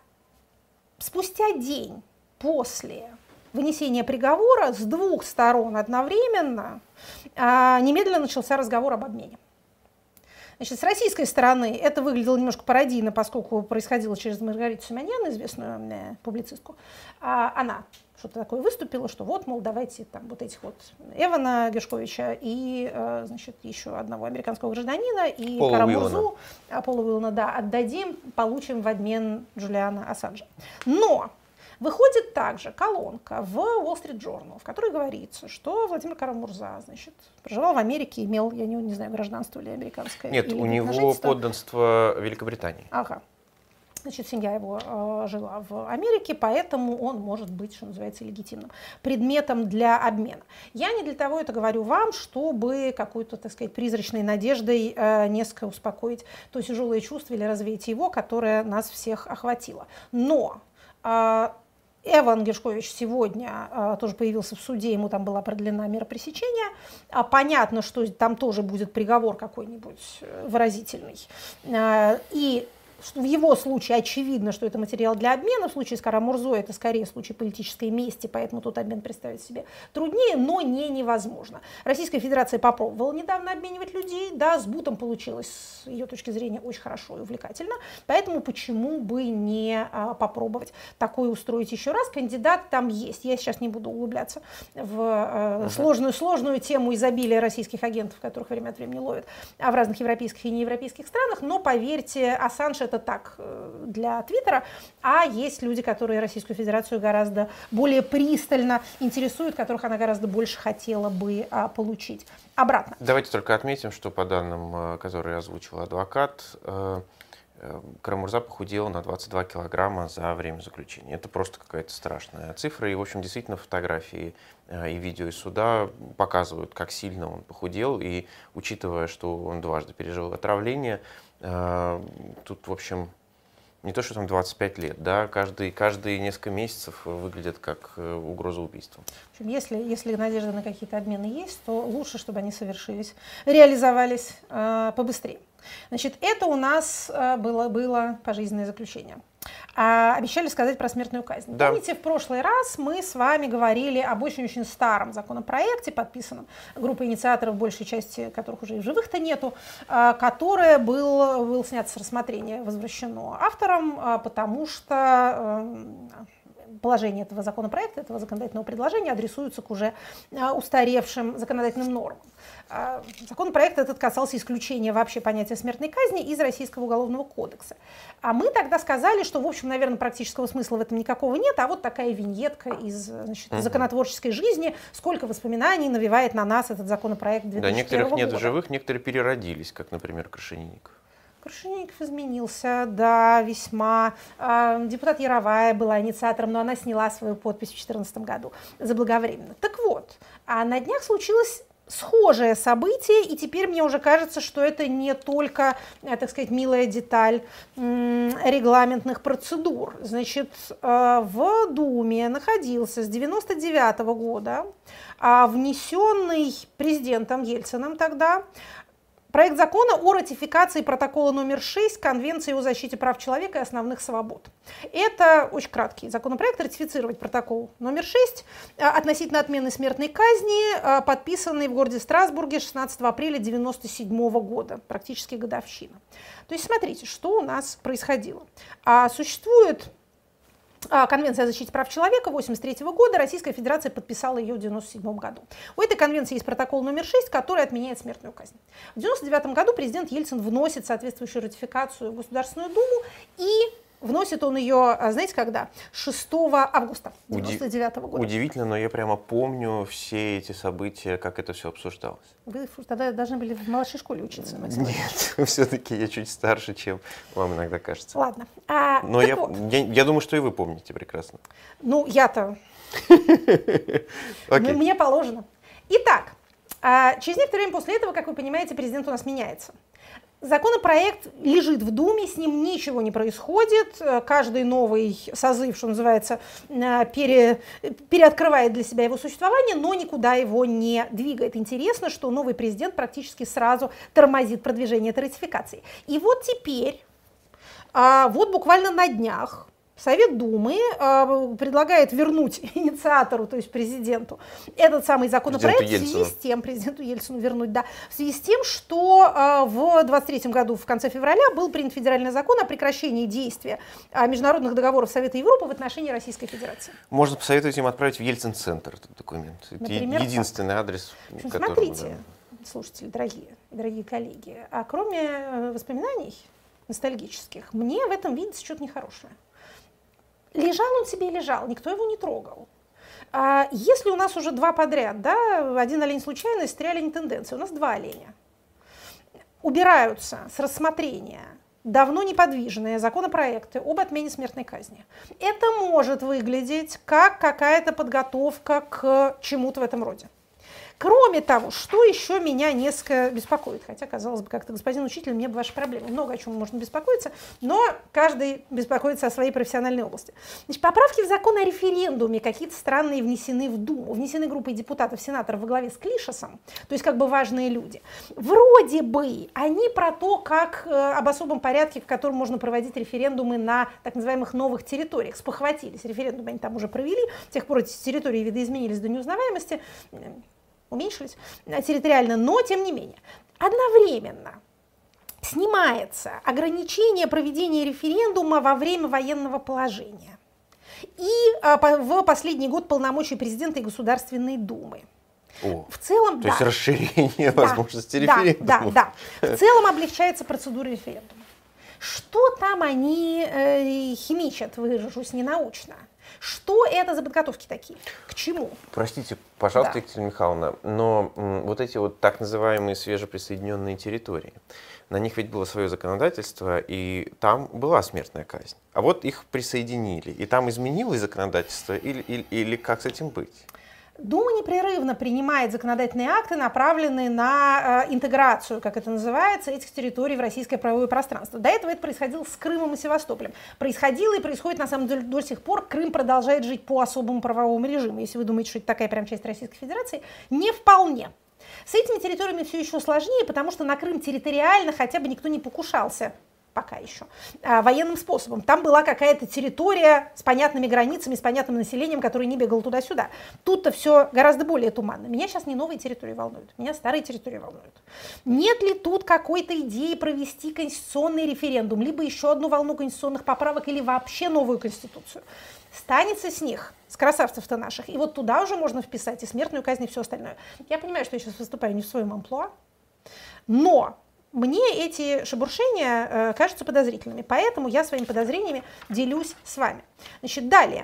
спустя день после вынесения приговора с двух сторон одновременно а, немедленно начался разговор об обмене. Значит, с российской стороны это выглядело немножко пародийно, поскольку происходило через Маргариту Симонян, известную э, публицистку. А, она что-то такое выступила, что вот, мол, давайте там вот этих вот Эвана Гершковича и, э, значит, еще одного американского гражданина и Пола Кара-Мурзу, а Пола Уиллана, да, отдадим, получим в обмен Джулиана Ассанжа. Но выходит также колонка в Wall Street Journal, в которой говорится, что Владимир Кара-Мурза, значит, проживал в Америке, имел, я не, не знаю, гражданство ли американское. Нет, или у него подданство Великобритании. Ага. Значит, семья его э, жила в Америке, поэтому он может быть, что называется, легитимным предметом для обмена. Я не для того это говорю вам, чтобы какой-то, так сказать, призрачной надеждой э, несколько успокоить то тяжелое чувство или развеять его, которое нас всех охватило. Но э, Эван Гершкович сегодня а, тоже появился в суде, ему там была продлена мера пресечения. А, понятно, что там тоже будет приговор какой-нибудь выразительный. А, и в его случае очевидно, что это материал для обмена. В случае с Кара-Мурзой это скорее случай политической мести, поэтому тут обмен представить себе труднее, но не невозможно. Российская Федерация попробовала недавно обменивать людей, да, с Бутом получилось с ее точки зрения очень хорошо и увлекательно, поэтому почему бы не а, попробовать такое устроить еще раз. Кандидат там есть, я сейчас не буду углубляться в а, uh-huh. сложную, сложную тему изобилия российских агентов, которых время от времени ловят а в разных европейских и неевропейских странах, но поверьте, Ассанж это так для Твиттера, а есть люди, которые Российскую Федерацию гораздо более пристально интересуют, которых она гораздо больше хотела бы а, получить обратно. Давайте только отметим, что по данным, которые озвучил адвокат, Кара-Мурза похудела на двадцать два килограмма за время заключения. Это просто какая-то страшная цифра. И, в общем, действительно, фотографии и видео из суда показывают, как сильно он похудел. И, учитывая, что он дважды пережил отравление, тут, в общем, не то, что там двадцать пять лет, да, каждый, каждые несколько месяцев выглядят как угроза убийства. В общем, если, если надежда на какие-то обмены есть, то лучше, чтобы они совершились, реализовались э, побыстрее. Значит, это у нас э, было, было пожизненное заключение. А, обещали сказать про смертную казнь. Да. Помните, в прошлый раз мы с вами говорили об очень-очень старом законопроекте, подписанном группой инициаторов, большей части которых уже и в живых-то нету, э, которое был, был снято с рассмотрения, возвращено автором, э, потому что э, положения этого законопроекта, этого законодательного предложения адресуются к уже э, устаревшим законодательным нормам. Законопроект этот касался исключения вообще понятия смертной казни из Российского уголовного кодекса. А мы тогда сказали, что, в общем, наверное, практического смысла в этом никакого нет, а вот такая виньетка из, значит, угу. законотворческой жизни, сколько воспоминаний навевает на нас этот законопроект две тысячи первого года. Да, некоторых нет в живых, некоторые переродились, как, например, Крашенинников. Крашенинников изменился, да, весьма. Депутат Яровая была инициатором, но она сняла свою подпись в две тысячи четырнадцатом году заблаговременно. Так вот, а на днях случилось схожее событие, и теперь мне уже кажется, что это не только, так сказать, милая деталь регламентных процедур. Значит, в Думе находился с девяносто девятого года внесенный президентом Ельциным тогда проект закона о ратификации протокола номер шесть Конвенции о защите прав человека и основных свобод. Это очень краткий законопроект, ратифицировать протокол номер шесть относительно отмены смертной казни, подписанный в городе Страсбурге шестнадцатого апреля девяносто седьмого года, практически годовщина. То есть смотрите, что у нас происходило. Существует Конвенция о защите прав человека восемьдесят третьего года, Российская Федерация подписала ее в девяносто седьмом году. У этой конвенции есть протокол номер шесть, который отменяет смертную казнь. В девяносто девятом году президент Ельцин вносит соответствующую ратификацию в Государственную Думу, и вносит он ее, знаете, когда? шестого августа девяносто девятого года. Удивительно, но я прямо помню все эти события, как это все обсуждалось. Вы тогда должны были в младшей школе учиться. Нет, все-таки я чуть старше, чем вам иногда кажется. Ладно. А, но я, вот. я, я думаю, что и вы помните прекрасно. Ну, я-то... Мне положено. Итак, через некоторое время после этого, как вы понимаете, президент у нас меняется. Законопроект лежит в Думе, с ним ничего не происходит. Каждый новый созыв, что называется, пере, переоткрывает для себя его существование, но никуда его не двигает. Интересно, что новый президент практически сразу тормозит продвижение этой ратификации. И вот теперь, вот буквально на днях, Совет Думы э, предлагает вернуть инициатору, то есть президенту, этот самый законопроект в связи с тем, президенту Ельцину вернуть, да, в связи с тем, что э, в двадцать третьем году, в конце февраля, был принят федеральный закон о прекращении действия э, международных договоров Совета Европы в отношении Российской Федерации. Можно посоветовать им отправить в Ельцин-центр этот документ. Например, это единственный так. адрес, общем, который... Смотрите, слушатели, дорогие, дорогие коллеги, а кроме воспоминаний ностальгических, мне в этом видится что-то нехорошее. Лежал он себе и лежал, никто его не трогал. А если у нас уже два подряд, да, один олень случайность, три олень тенденции, у нас два оленя, убираются с рассмотрения давно неподвижные законопроекты об отмене смертной казни. Это может выглядеть как какая-то подготовка к чему-то в этом роде. Кроме того, что еще меня несколько беспокоит, хотя, казалось бы, как-то, господин учитель, мне бы ваши проблемы. Много о чем можно беспокоиться, но каждый беспокоится о своей профессиональной области. Значит, поправки в закон о референдуме какие-то странные внесены в Думу, внесены группой депутатов, сенаторов во главе с Клишесом, то есть как бы важные люди. Вроде бы они про то, как э, об особом порядке, в котором можно проводить референдумы на так называемых новых территориях, спохватились. Референдумы они там уже провели, с тех пор эти территории видоизменились до неузнаваемости, уменьшились территориально, но тем не менее. Одновременно снимается ограничение проведения референдума во время военного положения и а, по, в последний год полномочий президента и Государственной Думы. О, в целом, то да. есть расширение да, возможности да, референдума. Да, да. В целом облегчается процедура референдума. Что там они э, химичат, выражусь ненаучно? Что это за подготовки такие? К чему? Простите, пожалуйста, Да. Екатерина Михайловна, но м, вот эти вот так называемые свежеприсоединенные территории, на них ведь было свое законодательство, и там была смертная казнь. А вот их присоединили, и там изменилось законодательство, или, или, или как с этим быть? Дума непрерывно принимает законодательные акты, направленные на э, интеграцию, как это называется, этих территорий в российское правовое пространство. До этого это происходило с Крымом и Севастополем. Происходило и происходит на самом деле до сих пор. Крым продолжает жить по особому правовому режиму. Если вы думаете, что это такая прям часть Российской Федерации, не вполне. С этими территориями все еще сложнее, потому что на Крым территориально хотя бы никто не покушался. Пока еще, а, военным способом. Там была какая-то территория с понятными границами, с понятным населением, которое не бегало туда-сюда. Тут-то все гораздо более туманно. Меня сейчас не новые территории волнуют, меня старые территории волнуют. Нет ли тут какой-то идеи провести конституционный референдум, либо еще одну волну конституционных поправок, или вообще новую конституцию? Станется с них, с красавцев-то наших, и вот туда уже можно вписать и смертную казнь, и все остальное. Я понимаю, что я сейчас выступаю не в своем амплуа, но мне эти шебуршения э, кажутся подозрительными, поэтому я своими подозрениями делюсь с вами. Значит, далее.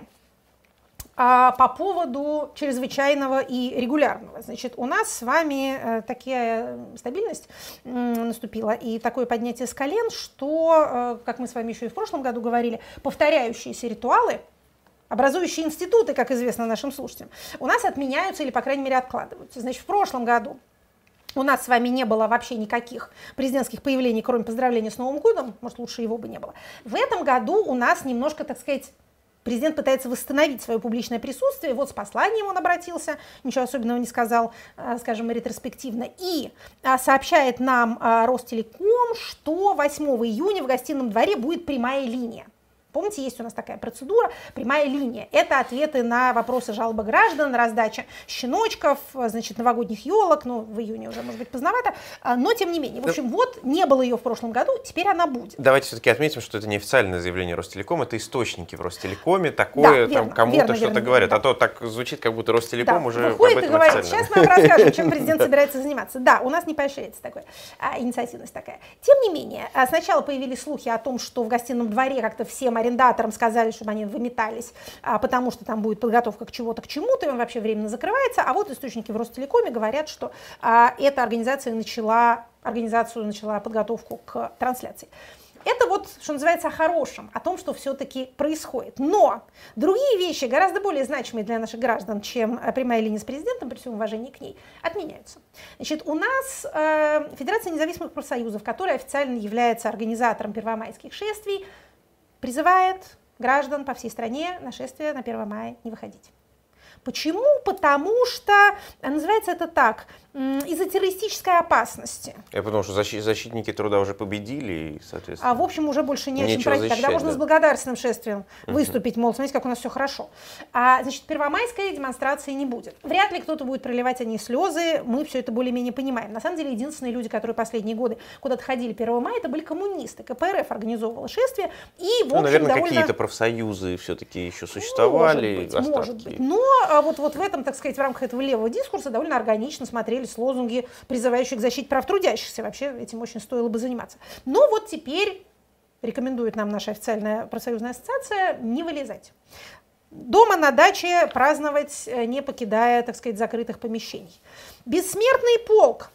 А по поводу чрезвычайного и регулярного. Значит, у нас с вами э, такая стабильность э, наступила и такое поднятие с колен, что, э, как мы с вами еще и в прошлом году говорили, повторяющиеся ритуалы, образующие институты, как известно нашим слушателям, у нас отменяются или, по крайней мере, откладываются. Значит, в прошлом году у нас с вами не было вообще никаких президентских появлений, кроме поздравления с Новым годом, может, лучше его бы не было. В этом году у нас немножко, так сказать, президент пытается восстановить свое публичное присутствие, вот с посланием он обратился, ничего особенного не сказал, скажем, ретроспективно, и сообщает нам Ростелеком, что восьмого июня в гостином дворе будет прямая линия. Помните, есть у нас такая процедура, прямая линия. Это ответы на вопросы, жалобы граждан, раздача щеночков, значит, новогодних елок, ну, в июне уже, может быть, поздновато, но тем не менее. В общем, вот, не было ее в прошлом году, теперь она будет. Давайте все-таки отметим, что это не официальное заявление Ростелеком, это источники в Ростелекоме, такое, да, там, кому-то что-то говорят, да. А то так звучит, как будто Ростелеком, да, уже выходит об этом и говорит, официально. Сейчас мы вам расскажем, чем президент собирается заниматься. Да, у нас не поощряется такое, а, инициативность такая. Тем не менее, сначала появились слухи о том, что в гостином дворе как-то всем арендаторам сказали, чтобы они выметались, а, потому что там будет подготовка к чего-то, к чему-то, и он вообще временно закрывается. А вот источники в Ростелекоме говорят, что а, эта организация начала, организацию начала подготовку к трансляции. Это вот, что называется, о хорошем, о том, что все-таки происходит. Но другие вещи, гораздо более значимые для наших граждан, чем прямая линия с президентом, при всем уважении к ней, отменяются. Значит, у нас э, Федерация независимых профсоюзов, которая официально является организатором первомайских шествий, призывает граждан по всей стране на шествие на первое мая не выходить. Почему? Потому что, называется это так, из-за террористической опасности. Я потому что защит, защитники труда уже победили, и, соответственно... А в общем уже больше не о чем нечего пройти. Тогда можно да. с благодарственным шествием выступить, мол, смотрите, как у нас все хорошо. А, значит, первомайской демонстрации не будет. Вряд ли кто-то будет проливать о ней слезы, мы все это более-менее понимаем. На самом деле, единственные люди, которые последние годы куда-то ходили первого мая, это были коммунисты. ка пэ эр эф организовывала шествие, и, в общем, ну, наверное, довольно... какие-то профсоюзы все-таки еще существовали. Может быть, может быть. Но вот, вот в этом, так сказать, в рамках этого левого дискурса довольно органично смотрелись лозунги, призывающие к защите прав трудящихся. Вообще этим очень стоило бы заниматься. Но вот теперь рекомендует нам наша официальная профсоюзная ассоциация не вылезать. Дома на даче праздновать, не покидая, так сказать, закрытых помещений. Бессмертный полк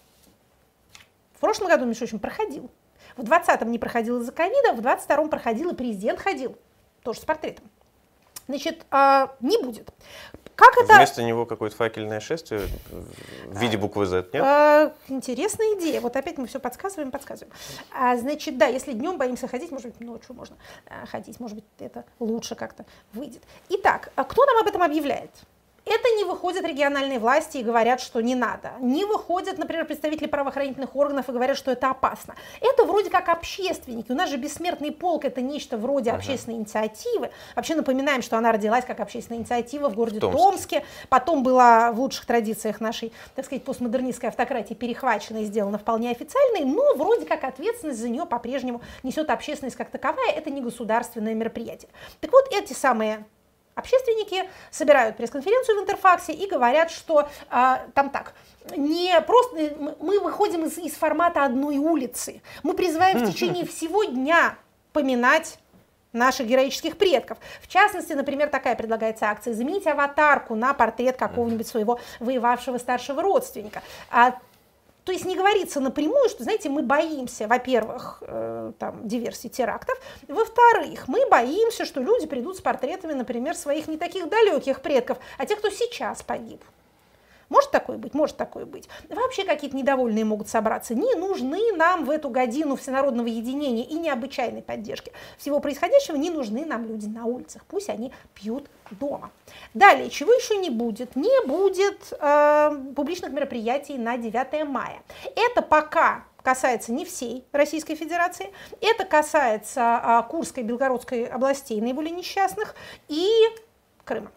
в прошлом году, между прочим, проходил. В двадцатом не проходил из-за ковида, в двадцать втором проходил, и президент ходил, тоже с портретом. Значит, не будет. Как это... Вместо него какое-то факельное шествие в виде буквы Z, нет? А, интересная идея. Вот опять мы все подсказываем, подсказываем. А, значит, да, если днем боимся ходить, может быть, ночью можно а, ходить, может быть, это лучше как-то выйдет. Итак, а кто нам об этом объявляет? Это не выходят региональные власти и говорят, что не надо. Не выходят, например, представители правоохранительных органов и говорят, что это опасно. Это вроде как общественники. У нас же бессмертный полк — это нечто вроде ага. общественной инициативы. Вообще напоминаем, что она родилась как общественная инициатива в городе Томске. Томске. Потом была в лучших традициях нашей, так сказать, постмодернистской автократии перехвачена и сделана вполне официальной, но вроде как ответственность за нее по-прежнему несет общественность как таковая. Это не государственное мероприятие. Так вот, эти самые... общественники собирают пресс-конференцию в Интерфаксе и говорят, что а, там так, не просто мы выходим из, из формата одной улицы, мы призываем в течение всего дня поминать наших героических предков. В частности, например, такая предлагается акция: замените аватарку на портрет какого-нибудь своего воевавшего старшего родственника. А, то есть не говорится напрямую, что, знаете, мы боимся, во-первых, э, там, диверсий, терактов, во-вторых, мы боимся, что люди придут с портретами, например, своих не таких далеких предков, а тех, кто сейчас погиб. Может такое быть? Может такое быть. Вообще какие-то недовольные могут собраться. Не нужны нам в эту годину всенародного единения и необычайной поддержки всего происходящего, не нужны нам люди на улицах. Пусть они пьют дома. Далее, чего еще не будет? Не будет э, публичных мероприятий на девятое мая. Это пока касается не всей Российской Федерации, это касается э, Курской и Белгородской областей, наиболее несчастных, и Крыма.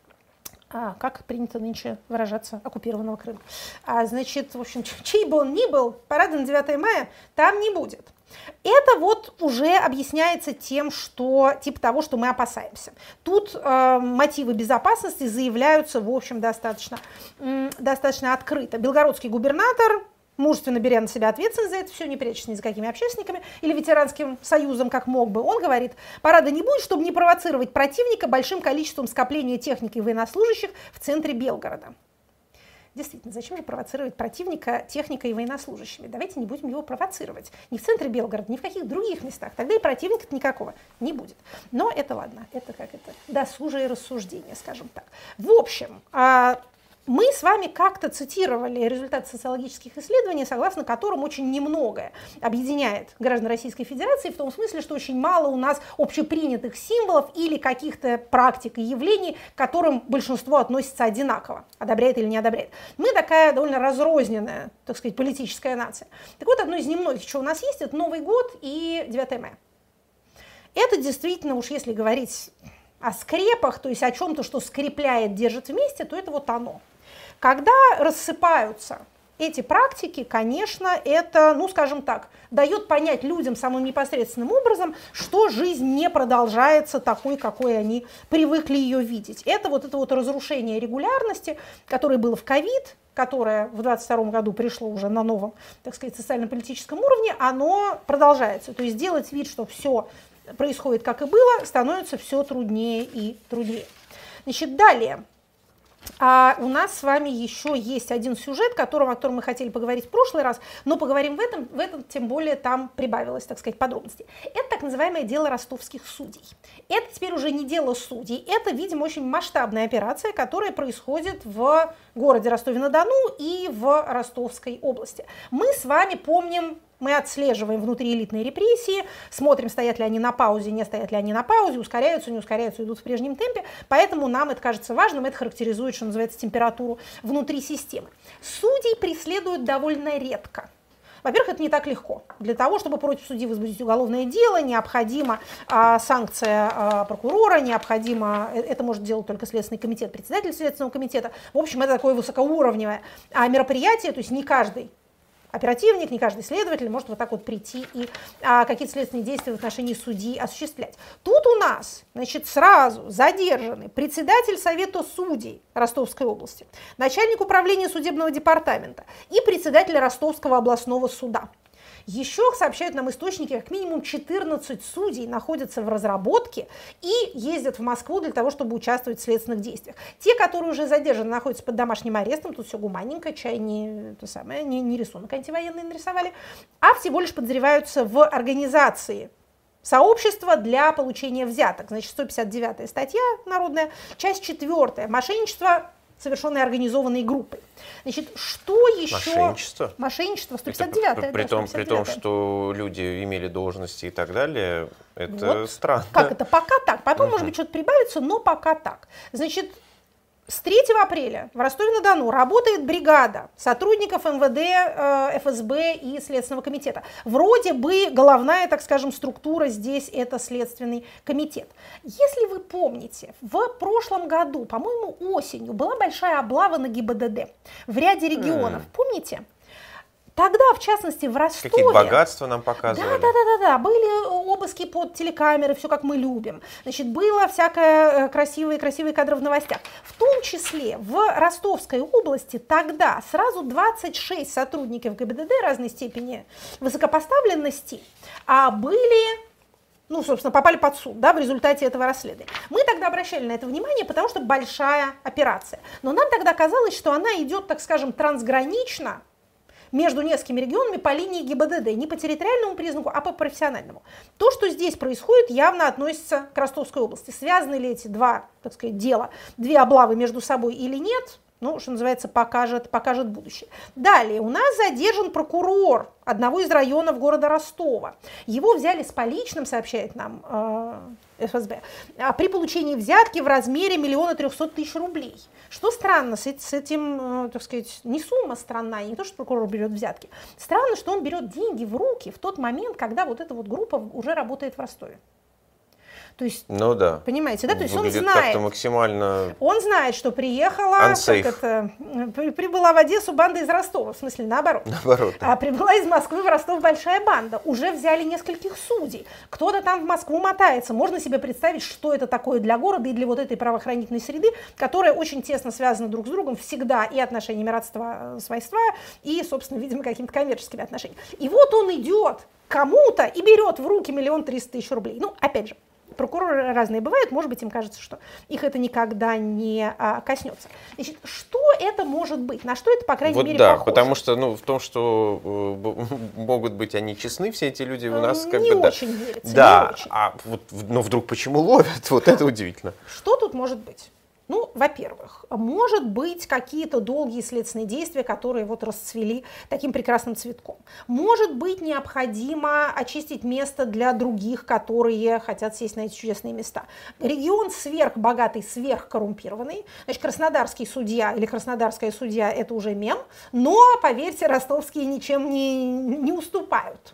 А, как принято нынче выражаться, оккупированного Крыма. А, значит, в общем, чей бы он ни был, парада на девятое мая там не будет. Это вот уже объясняется тем, что типа того, что мы опасаемся. Тут э, мотивы безопасности заявляются, в общем, достаточно, м, достаточно открыто. Белгородский губернатор, мужественно беря на себя ответственность за это все, не прячась ни за какими общественниками или ветеранским союзом, как мог бы, он говорит: парада не будет, чтобы не провоцировать противника большим количеством скопления техники и военнослужащих в центре Белгорода. Действительно, зачем же провоцировать противника техникой и военнослужащими? Давайте не будем его провоцировать. Ни в центре Белгорода, ни в каких других местах. Тогда и противника никакого не будет. Но это ладно, это как это досужие рассуждения, скажем так. В общем, мы с вами как-то цитировали результаты социологических исследований, согласно которым очень немногое объединяет граждан Российской Федерации, в том смысле, что очень мало у нас общепринятых символов или каких-то практик и явлений, к которым большинство относится одинаково, одобряет или не одобряет. Мы такая довольно разрозненная, так сказать, политическая нация. Так вот, одно из немногих, что у нас есть, это Новый год и девятое мая. Это действительно, уж если говорить о скрепах, то есть о чем-то, что скрепляет, держит вместе, то это вот оно. Когда рассыпаются эти практики, конечно, это, ну, скажем так, дает понять людям самым непосредственным образом, что жизнь не продолжается такой, какой они привыкли ее видеть. Это вот это вот разрушение регулярности, которое было в ковид, которое в двадцать втором году пришло уже на новом, так сказать, социально-политическом уровне, оно продолжается. То есть делать вид, что все происходит, как и было, становится все труднее и труднее. Значит, далее. А у нас с вами еще есть один сюжет, которым, о котором мы хотели поговорить в прошлый раз, но поговорим в этом, в этом тем более там прибавилось, так сказать, подробностей. Это так называемое дело ростовских судей. Это теперь уже не дело судей, это, видимо, очень масштабная операция, которая происходит в городе Ростове-на-Дону и в Ростовской области. Мы с вами помним... Мы отслеживаем внутриэлитные репрессии, смотрим, стоят ли они на паузе, не стоят ли они на паузе, ускоряются, не ускоряются, идут в прежнем темпе. Поэтому нам это кажется важным, это характеризует, что называется, температуру внутри системы. Судей преследуют довольно редко. Во-первых, это не так легко. Для того, чтобы против судьи возбудить уголовное дело, необходима а, санкция а, прокурора, необходимо, это может делать только Следственный комитет, председатель Следственного комитета. В общем, это такое высокоуровневое а, мероприятие, то есть не каждый оперативник, не каждый следователь может вот так вот прийти и а, какие-то следственные действия в отношении судьи осуществлять. Тут у нас, значит, сразу задержаны председатель Совета судей Ростовской области, начальник управления судебного департамента и председатель Ростовского областного суда. Еще, сообщают нам источники, как минимум четырнадцать судей находятся в разработке и ездят в Москву для того, чтобы участвовать в следственных действиях. Те, которые уже задержаны, находятся под домашним арестом, тут все гуманненько, чай не, то самое, не, не рисунок антивоенный нарисовали, а всего лишь подозреваются в организации сообщества для получения взяток. Значит, сто пятьдесят девятая статья народная, часть четвертая, мошенничество, совершенной организованной группой. Значит, что еще? Мошенничество? Мошенничество, сто пятьдесят девятая. При, да, том, сто пятьдесят девятая. при том, что люди имели должности и так далее, это вот. Странно. Как это? Пока так. Потом, Угу. может быть, что-то прибавится, но пока так. Значит, с третьего апреля в Ростове-на-Дону работает бригада сотрудников эм вэ дэ, эф эс бэ и Следственного комитета. Вроде бы головная, так скажем, структура здесь это Следственный комитет. Если вы помните, в прошлом году, по-моему, осенью, была большая облава на гэ бэ дэ дэ в ряде регионов. Mm. Помните? Тогда, в частности, в Ростове... Какие богатства нам показывали. Да, да, да, да, да. Были обыски под телекамеры, все как мы любим. Значит, было всякое красивые, красивые кадры в новостях. В том числе в Ростовской области тогда сразу двадцать шесть сотрудников гэ бэ дэ дэ разной степени высокопоставленности а были ну, собственно, попали под суд, да, в результате этого расследования. Мы тогда обращали на это внимание, потому что большая операция. Но нам тогда казалось, что она идет, так скажем, трансгранично между несколькими регионами по линии ГИБДД, не по территориальному признаку, а по профессиональному. То, что здесь происходит, явно относится к Ростовской области. Связаны ли эти два, так сказать, дела, две облавы между собой или нет? Ну, что называется, покажет, покажет будущее. Далее, у нас задержан прокурор одного из районов города Ростова. Его взяли с поличным, сообщает нам э, эф эс бэ, при получении взятки в размере миллиона трехсот тысяч рублей. Что странно, с, с этим, э, так сказать, не сумма странная, не то, что прокурор берет взятки. Странно, что он берет деньги в руки в тот момент, когда вот эта вот группа уже работает в Ростове. То есть, ну да. Понимаете, да? То есть выглядит он знает, как-то максимально... Он знает, что приехала, как это, прибыла в Одессу банда из Ростова, в смысле наоборот. Наоборот. Да. А прибыла из Москвы в Ростов большая банда. Уже взяли нескольких судей. Кто-то там в Москву мотается. Можно себе представить, что это такое для города и для вот этой правоохранительной среды, которая очень тесно связана друг с другом всегда и отношениями родства, свойства, и, собственно, видимо, какими-то коммерческими отношениями. И вот он идет кому-то и берет в руки миллион триста тысяч рублей. Ну, опять же, прокуроры разные бывают, может быть, им кажется, что их это никогда не а, коснется. Значит, что это может быть? На что это, по крайней вот мере, да, похоже? Потому что, ну, в том, что э, могут быть они честны, все эти люди у нас как не бы... очень да, верится, да, не очень. А вот, но вдруг почему ловят? Вот это удивительно. Что тут может быть? Ну, во-первых, может быть какие-то долгие следственные действия, которые вот расцвели таким прекрасным цветком. Может быть необходимо очистить место для других, которые хотят сесть на эти чудесные места. Регион сверхбогатый, сверхкоррумпированный. Значит, краснодарский судья или краснодарская судья – это уже мем, но, поверьте, ростовские ничем не, не уступают.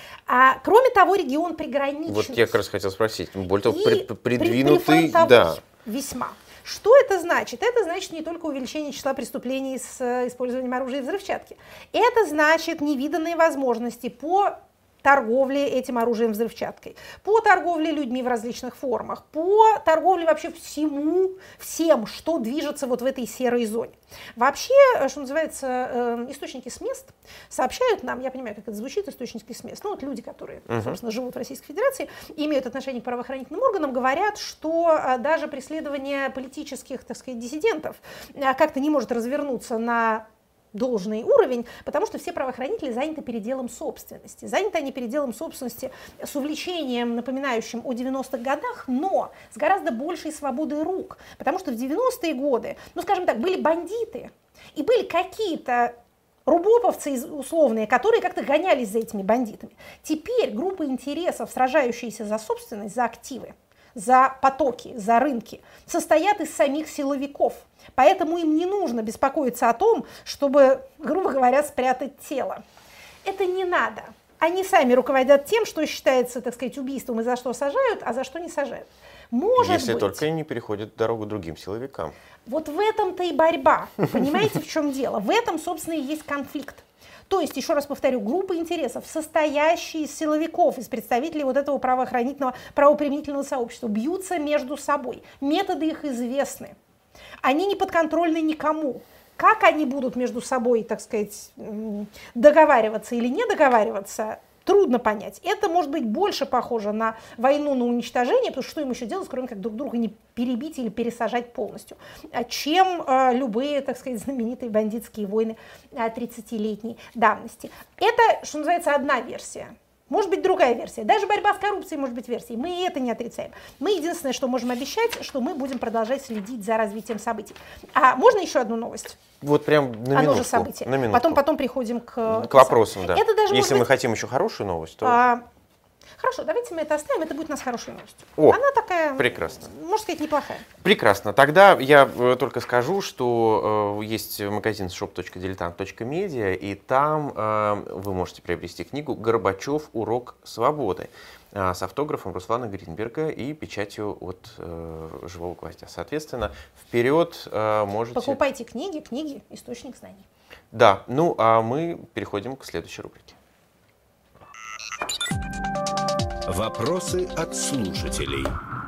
А, кроме того, регион приграничный. Вот я как раз хотел спросить, более того, и придвинутый, да. Весьма. Что это значит? Это значит не только увеличение числа преступлений с использованием оружия и взрывчатки. Это значит невиданные возможности по торговле этим оружием и взрывчаткой, по торговле людьми в различных формах, по торговле вообще всему, всем, что движется вот в этой серой зоне. Вообще, что называется, источники с мест сообщают нам, я понимаю, как это звучит, источники с мест, ну вот люди, которые, собственно, живут в Российской Федерации, имеют отношение к правоохранительным органам, говорят, что даже преследование политических, так сказать, диссидентов как-то не может развернуться на должный уровень, потому что все правоохранители заняты переделом собственности. Заняты они переделом собственности с увлечением, напоминающим о девяностых годах, но с гораздо большей свободой рук. Потому что в девяностые годы, ну скажем так, были бандиты и были какие-то рубоповцы условные, которые как-то гонялись за этими бандитами. Теперь группы интересов, сражающиеся за собственность, за активы, за потоки, за рынки, состоят из самих силовиков. Поэтому им не нужно беспокоиться о том, чтобы, грубо говоря, спрятать тело. Это не надо. Они сами руководят тем, что считается, так сказать, убийством, и за что сажают, а за что не сажают. Может Если быть, только не переходят дорогу другим силовикам. Вот в этом-то и борьба. Понимаете, в чем дело? В этом, собственно, и есть конфликт. То есть, еще раз повторю, группы интересов, состоящие из силовиков, из представителей вот этого правоохранительного, правоприменительного сообщества, бьются между собой. Методы их известны. Они не подконтрольны никому. Как они будут между собой, так сказать, договариваться или не договариваться, трудно понять. Это может быть больше похоже на войну на уничтожение, потому что что им еще делать, кроме как друг друга не перебить или пересажать полностью, чем э, любые, так сказать, знаменитые бандитские войны тридцатилетней давности. Это, что называется, одна версия. Может быть другая версия. Даже борьба с коррупцией может быть версией. Мы это не отрицаем. Мы единственное, что можем обещать, что мы будем продолжать следить за развитием событий. А можно еще одну новость? Вот прям на минутку. Оно же событие. На минутку. Потом, потом приходим к... К вопросам, да. Это даже, Если мы быть, хотим еще хорошую новость, то... А, хорошо, давайте мы это оставим, это будет у нас хорошей новостью. О, она такая, прекрасно. можно сказать, неплохая. Прекрасно. Тогда я э, только скажу, что э, есть магазин шоп точка дилетант точка медиа, и там э, вы можете приобрести книгу «Горбачев. Урок свободы» э, с автографом Руслана Гринберга и печатью от э, «Живого гвоздя». Соответственно, вперед э, можете... Покупайте книги, книги – источник знаний. Да, ну а мы переходим к следующей рубрике. Вопросы от слушателей.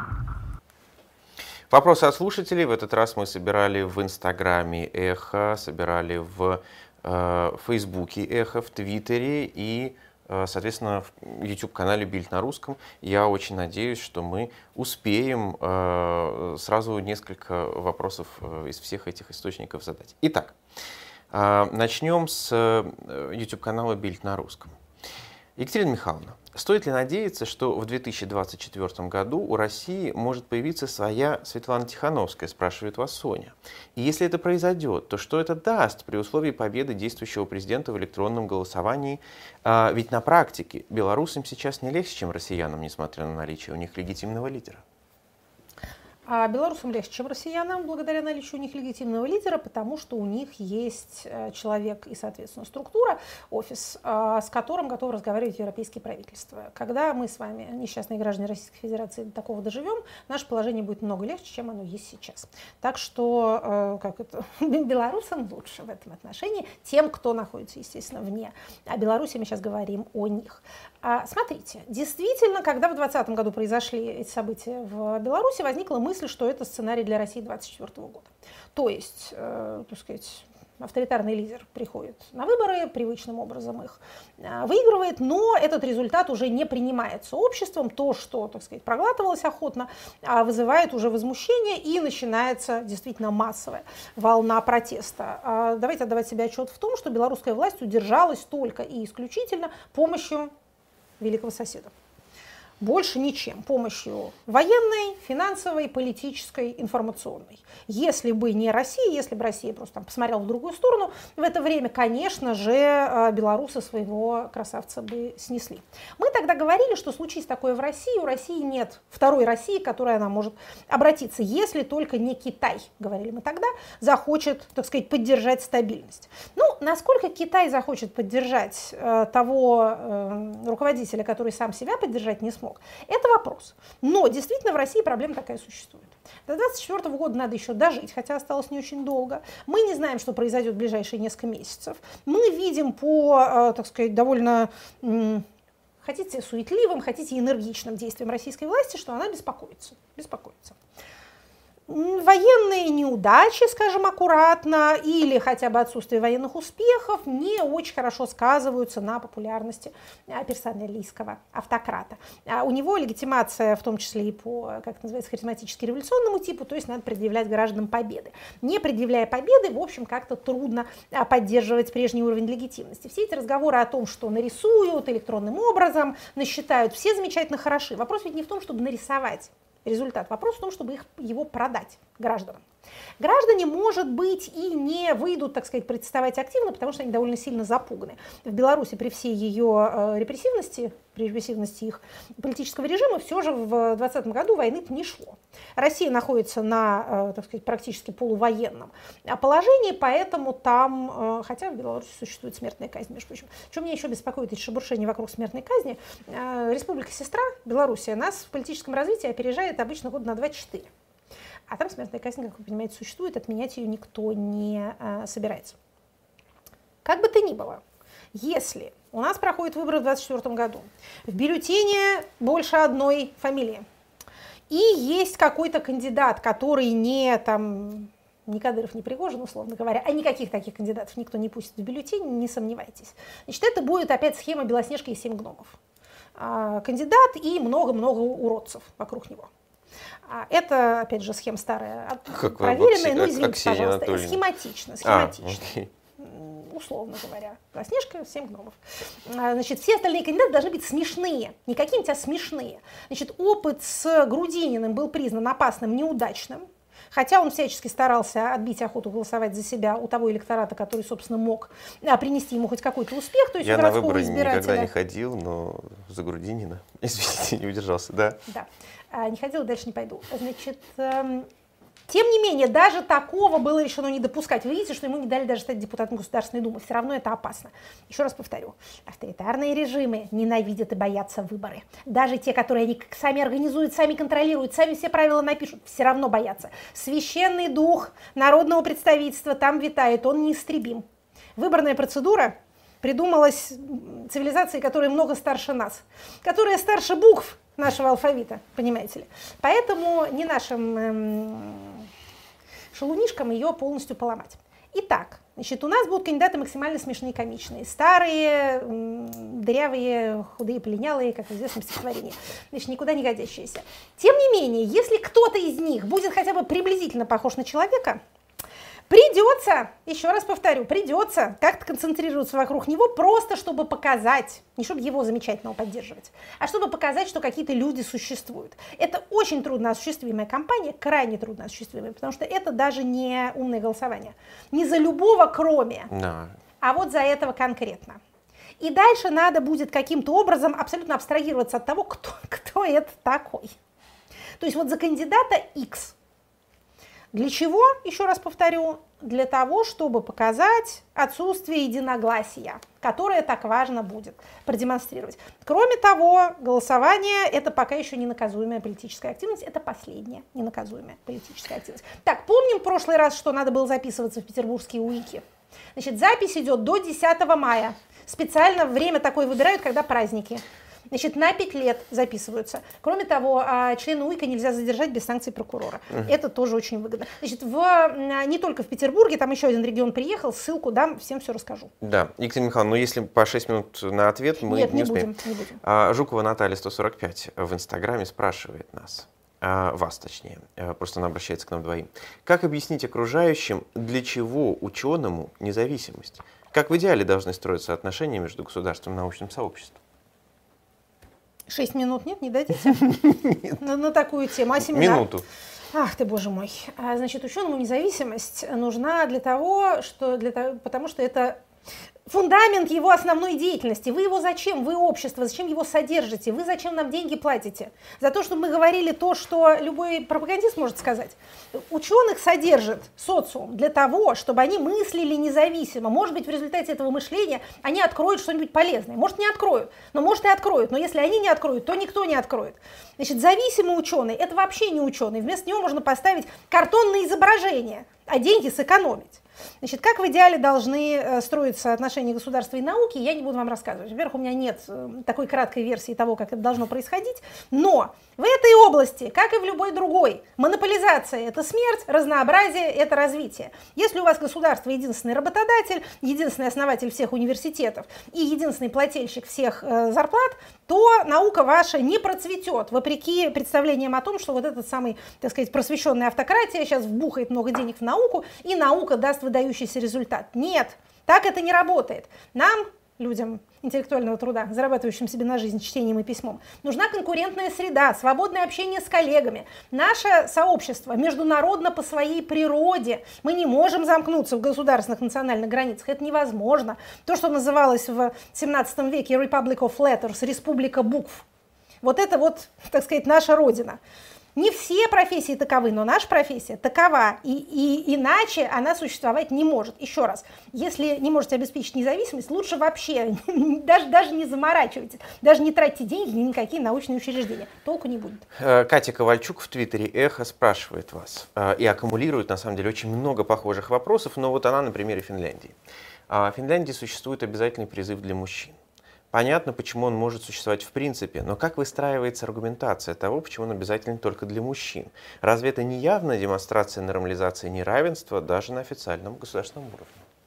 Вопросы от слушателей. В этот раз мы собирали в Инстаграме Эхо, собирали в э, Фейсбуке Эхо, в Твиттере и соответственно, в YouTube-канале «Бильд на русском». Я очень надеюсь, что мы успеем сразу несколько вопросов из всех этих источников задать. Итак, начнем с YouTube-канала «Бильд на русском». Екатерина Михайловна, стоит ли надеяться, что в две тысячи двадцать четвёртом году у России может появиться своя Светлана Тихановская, спрашивает вас Соня. И если это произойдет, то что это даст при условии победы действующего президента в электронном голосовании? А ведь на практике белорусам сейчас не легче, чем россиянам, несмотря на наличие у них легитимного лидера. А белорусам легче, чем россиянам, благодаря наличию у них легитимного лидера, потому что у них есть человек и, соответственно, структура, офис, с которым готовы разговаривать европейские правительства. Когда мы с вами, несчастные граждане Российской Федерации, до такого доживем, наше положение будет много легче, чем оно есть сейчас. Так что, как это, белорусам лучше в этом отношении, тем, кто находится, естественно, вне. О Беларуси мы сейчас говорим о них. А, смотрите, действительно, когда в двадцатом году произошли эти события в Беларуси, возникла мысль, что это сценарий для России двадцать четвёртого года. То есть, э, так сказать, авторитарный лидер приходит на выборы, привычным образом их э, выигрывает, но этот результат уже не принимается обществом. То, что, так сказать, проглатывалось охотно, э, вызывает уже возмущение, и начинается действительно массовая волна протеста. Э, давайте отдавать себе отчет в том, что белорусская власть удержалась только и исключительно помощью великого соседа. Больше ничем. Помощью военной, финансовой, политической, информационной. Если бы не Россия, если бы Россия просто там посмотрела в другую сторону, в это время, конечно же, белорусы своего красавца бы снесли. Мы тогда говорили, что случись такое в России, у России нет второй России, к которой она может обратиться, если только не Китай, говорили мы тогда, захочет, так сказать, поддержать стабильность. Ну, насколько Китай захочет поддержать э, того э, руководителя, который сам себя поддержать не смог, это вопрос. Но действительно в России проблема такая существует. До двадцать четвёртого года надо еще дожить, хотя осталось не очень долго. Мы не знаем, что произойдет в ближайшие несколько месяцев. Мы видим по, так сказать, довольно, хотите, суетливым, хотите, энергичным действиям российской власти, что она беспокоится. беспокоится. Военные неудачи, скажем аккуратно, или хотя бы отсутствие военных успехов не очень хорошо сказываются на популярности персоналистского автократа. У него легитимация, в том числе и по, как это называется, харизматически-революционному типу, то есть надо предъявлять гражданам победы. Не предъявляя победы, в общем, как-то трудно поддерживать прежний уровень легитимности. Все эти разговоры о том, что нарисуют электронным образом, насчитают, все замечательно хороши. Вопрос ведь не в том, чтобы нарисовать результат. Вопрос в том, чтобы их, его продать гражданам. Граждане, может быть, и не выйдут, так сказать, протестовать активно, потому что они довольно сильно запуганы. В Беларуси при всей ее э, репрессивности, при репрессивности их политического режима, все же в двадцатом году войны не шло. Россия находится на, э, так сказать, практически полувоенном положении, поэтому там, э, хотя в Беларуси существует смертная казнь, между прочим. Что меня еще беспокоит из шебуршения вокруг смертной казни, э, республика-сестра Белоруссия нас в политическом развитии опережает обычно года на два-четыре. А там смертная казнь, как вы понимаете, существует, отменять ее никто не э, собирается. Как бы то ни было, если у нас проходят выборы в двадцать четвёртом году, в бюллетене больше одной фамилии, и есть какой-то кандидат, который не, там, не Кадыров, не Пригожин, условно говоря, а никаких таких кандидатов никто не пустит в бюллетень, не сомневайтесь. Значит, это будет опять схема Белоснежка и семь гномов. А, кандидат и много-много уродцев вокруг него. Это, опять же, схема старая, как проверенная, ну, извините, пожалуйста, Анатольевна. схематично, схематично. А, условно говоря. Белоснежка, семь гномов. Значит, все остальные кандидаты должны быть смешные, не какие-нибудь, а смешные. Значит, опыт с Грудининым был признан опасным, неудачным, хотя он всячески старался отбить охоту голосовать за себя у того электората, который, собственно, мог принести ему хоть какой-то успех. То есть я у на выборы избирателя... никогда не ходил, но за Грудинина, извините, не удержался, да. Да. Не ходила, дальше не пойду. Значит, эм, тем не менее, даже такого было решено не допускать. Вы видите, что ему не дали даже стать депутатом Государственной Думы. Все равно это опасно. Еще раз повторю. Авторитарные режимы ненавидят и боятся выборы. Даже те, которые они сами организуют, сами контролируют, сами все правила напишут, все равно боятся. Священный дух народного представительства там витает, он неистребим. Выборная процедура придумалась цивилизацией, которая много старше нас, которая старше букв нашего алфавита, понимаете ли. Поэтому не нашим эм, шалунишкам ее полностью поломать. Итак, Значит, у нас будут кандидаты максимально смешные и комичные. Старые, дырявые, худые, полинялые, как в известном стихотворении. Значит, никуда не годящиеся. Тем не менее, если кто-то из них будет хотя бы приблизительно похож на человека, придется, еще раз повторю, придется как-то концентрироваться вокруг него просто, чтобы показать, не чтобы его замечательного поддерживать, а чтобы показать, что какие-то люди существуют. Это очень трудно осуществимая кампания, крайне трудно осуществимая, потому что это даже не умное голосование. Не за любого кроме, Да. а вот за этого конкретно. И дальше надо будет каким-то образом абсолютно абстрагироваться от того, кто, кто это такой. То есть вот за кандидата X. Для чего, еще раз повторю, для того, чтобы показать отсутствие единогласия, которое так важно будет продемонстрировать. Кроме того, голосование – это пока еще не наказуемая политическая активность, это последняя ненаказуемая политическая активность. Так, помним в прошлый раз, что надо было записываться в петербургские УИКи? Значит, запись идет до десятого мая. Специально время такое выбирают, когда праздники. Значит, на пять лет записываются. Кроме того, члена УИКа нельзя задержать без санкций прокурора. Uh-huh. Это тоже очень выгодно. Значит, в, не только в Петербурге, там еще один регион приехал, ссылку дам, всем все расскажу. Да, Екатерина Михайловна, ну если по шесть минут на ответ, мы Нет, не, не успеем. Будем, не будем. А, Жукова Наталья сто сорок пять в Инстаграме спрашивает нас, а, вас точнее, а, просто она обращается к нам двоим. Как объяснить окружающим, для чего ученому независимость? Как в идеале должны строиться отношения между государством и научным сообществом? Шесть минут нет, не дадите? на, на такую тему. А семинар? Минуту. Ах ты, боже мой. А, значит, ученому независимость нужна для того, что для того, потому что это фундамент его основной деятельности. Вы его зачем? Вы общество, зачем его содержите? Вы зачем нам деньги платите? За то, чтобы мы говорили то, что любой пропагандист может сказать. Ученых содержит социум для того, чтобы они мыслили независимо. Может быть, в результате этого мышления они откроют что-нибудь полезное. Может, не откроют, но может и откроют. Но если они не откроют, то никто не откроет. Значит, зависимый ученый – это вообще не ученый. Вместо него можно поставить картонное изображение, а деньги сэкономить. Значит, как в идеале должны строиться отношения государства и науки, я не буду вам рассказывать. Во-первых, у меня нет такой краткой версии того, как это должно происходить, но в этой области, как и в любой другой, монополизация – это смерть, разнообразие – это развитие. Если у вас государство единственный работодатель, единственный основатель всех университетов и единственный плательщик всех э, зарплат, то наука ваша не процветет, вопреки представлениям о том, что вот этот самый, так сказать, просвещенная автократия сейчас вбухает много денег в науку, и наука даст выдающийся результат. Нет, так это не работает. Нам, людям интеллектуального труда, зарабатывающим себе на жизнь чтением и письмом, нужна конкурентная среда, свободное общение с коллегами. Наше сообщество международно по своей природе. Мы не можем замкнуться в государственных национальных границах. Это невозможно. То, что называлось в семнадцатом веке Republic of Letters, республика букв. Вот это вот, так сказать, наша родина. Не все профессии таковы, но наша профессия такова, и, и иначе она существовать не может. Еще раз, если не можете обеспечить независимость, лучше вообще даже, даже не заморачивайтесь, даже не тратьте деньги ни на какие научные учреждения, толку не будет. Катя Ковальчук в Твиттере «Эхо» спрашивает вас и аккумулирует, на самом деле, очень много похожих вопросов, но вот она на примере Финляндии. В Финляндии существует обязательный призыв для мужчин. Понятно, почему он может существовать в принципе, но как выстраивается аргументация того, почему он обязателен только для мужчин? Разве это не явная демонстрация нормализации неравенства даже на официальном государственном уровне?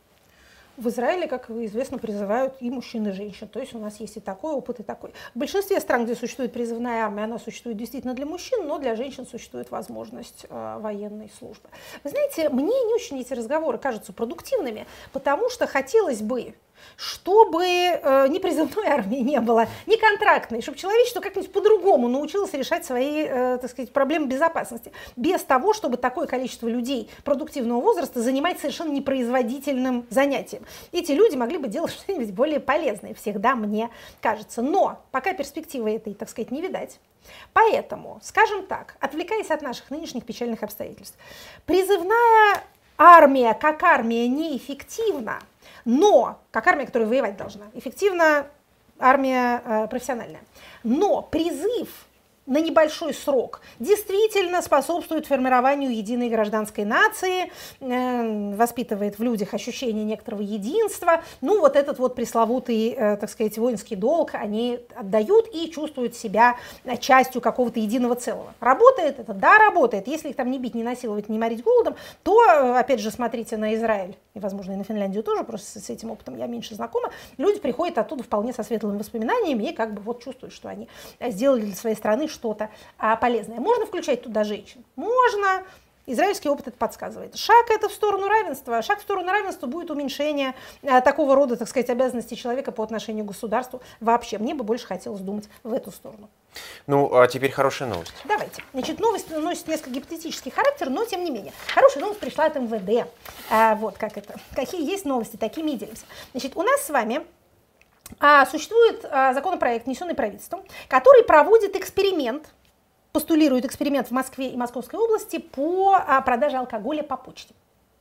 В Израиле, как известно, призывают и мужчин, и женщин. То есть у нас есть и такой опыт, и такой. В большинстве стран, где существует призывная армия, она существует действительно для мужчин, но для женщин существует возможность э, военной службы. Вы знаете, мне не очень эти разговоры кажутся продуктивными, потому что хотелось бы, чтобы э, ни призывной армии не было, ни контрактной, чтобы человечество как-нибудь по-другому научилось решать свои, э, так сказать, проблемы безопасности, без того, чтобы такое количество людей продуктивного возраста занимать совершенно непроизводительным занятием. Эти люди могли бы делать что-нибудь более полезное, всегда мне кажется. Но пока перспективы этой, так сказать, не видать. Поэтому, скажем так, отвлекаясь от наших нынешних печальных обстоятельств, призывная армия как армия неэффективна, но, как армия, которая воевать должна, эффективна армия э, профессиональная. Но призыв на небольшой срок действительно способствует формированию единой гражданской нации, э, воспитывает в людях ощущение некоторого единства. Ну, вот этот вот пресловутый, э, так сказать, воинский долг они отдают и чувствуют себя частью какого-то единого целого. Работает это? Да, работает. Если их там не бить, не насиловать, не морить голодом, то, э, опять же, смотрите на Израиль и, возможно, и на Финляндию тоже, просто с этим опытом я меньше знакома. Люди приходят оттуда вполне со светлыми воспоминаниями и как бы вот чувствуют, что они сделали для своей страны что-то а, полезное. Можно включать туда женщин? Можно. Израильский опыт это подсказывает. Шаг это в сторону равенства. Шаг в сторону равенства будет уменьшение а, такого рода, так сказать, обязанностей человека по отношению к государству вообще. Мне бы больше хотелось думать в эту сторону. Ну, а теперь хорошая новость. Давайте. Значит, новость носит несколько гипотетический характер, но тем не менее. Хорошая новость пришла от эм вэ дэ. А, вот как это. Какие есть новости, такими и делимся. Значит, у нас с вами а, существует а, законопроект, внесенный правительством, который проводит эксперимент, постулирует эксперимент в Москве и Московской области по а, продаже алкоголя по почте.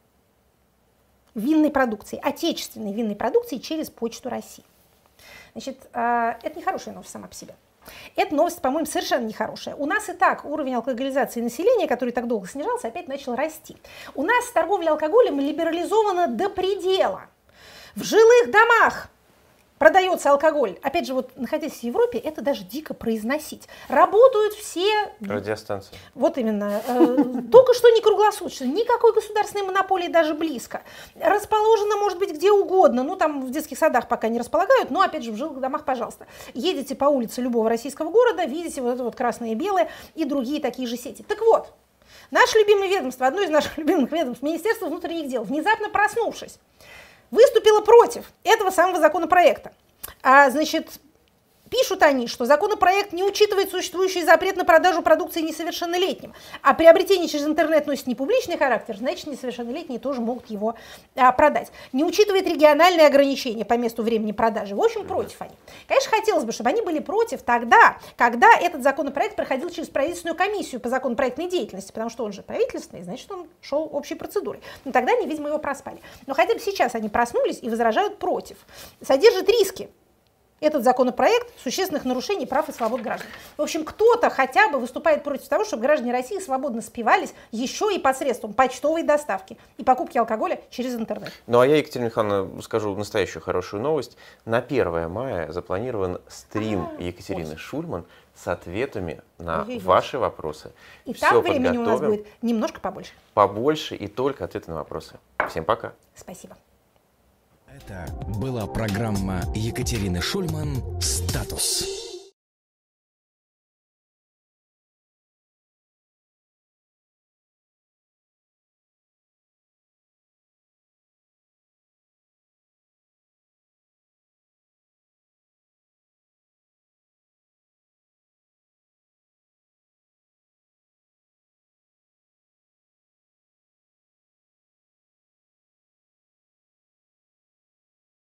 Винной продукции, отечественной винной продукции через Почту России. Значит, а, это не хорошая новость сама по себе. Эта новость, по-моему, совершенно нехорошая. У нас и так уровень алкоголизации населения, который так долго снижался, опять начал расти. У нас торговля алкоголем либерализована до предела. В жилых домах продается алкоголь. Опять же, вот находясь в Европе, это даже дико произносить. Работают все... Радиостанции. Вот именно. Э, только что не круглосуточно. Никакой государственной монополии даже близко. Расположено, может быть, где угодно. Ну, там в детских садах пока не располагают, но, опять же, в жилых домах, пожалуйста. Едете по улице любого российского города, видите вот это вот красное и белое и другие такие же сети. Так вот, наше любимое ведомство, одно из наших любимых ведомств, Министерство внутренних дел, внезапно проснувшись, выступила против этого самого законопроекта. А, значит, пишут они, что законопроект не учитывает существующий запрет на продажу продукции несовершеннолетним, а приобретение через интернет носит не публичный характер, значит, несовершеннолетние тоже могут его а, продать. Не учитывает региональные ограничения по месту времени продажи. В общем, против они. Конечно, хотелось бы, чтобы они были против тогда, когда этот законопроект проходил через правительственную комиссию по законопроектной деятельности, потому что он же правительственный, значит, он шел общей процедурой. Но тогда они, видимо, его проспали. Но хотя бы сейчас они проснулись и возражают против. Содержит риски. Этот законопроект существенных нарушений прав и свобод граждан. В общем, кто-то хотя бы выступает против того, чтобы граждане России свободно спивались еще и посредством почтовой доставки и покупки алкоголя через интернет. Ну а я, Екатерина Михайловна, скажу настоящую хорошую новость. На первое мая запланирован стрим а, Екатерины ой. Шульман с ответами на Ой-ой-ой. ваши вопросы. И Все там времени у нас будет немножко побольше. Побольше и только ответы на вопросы. Всем пока. Спасибо. Это была программа Екатерины Шульман «Статус».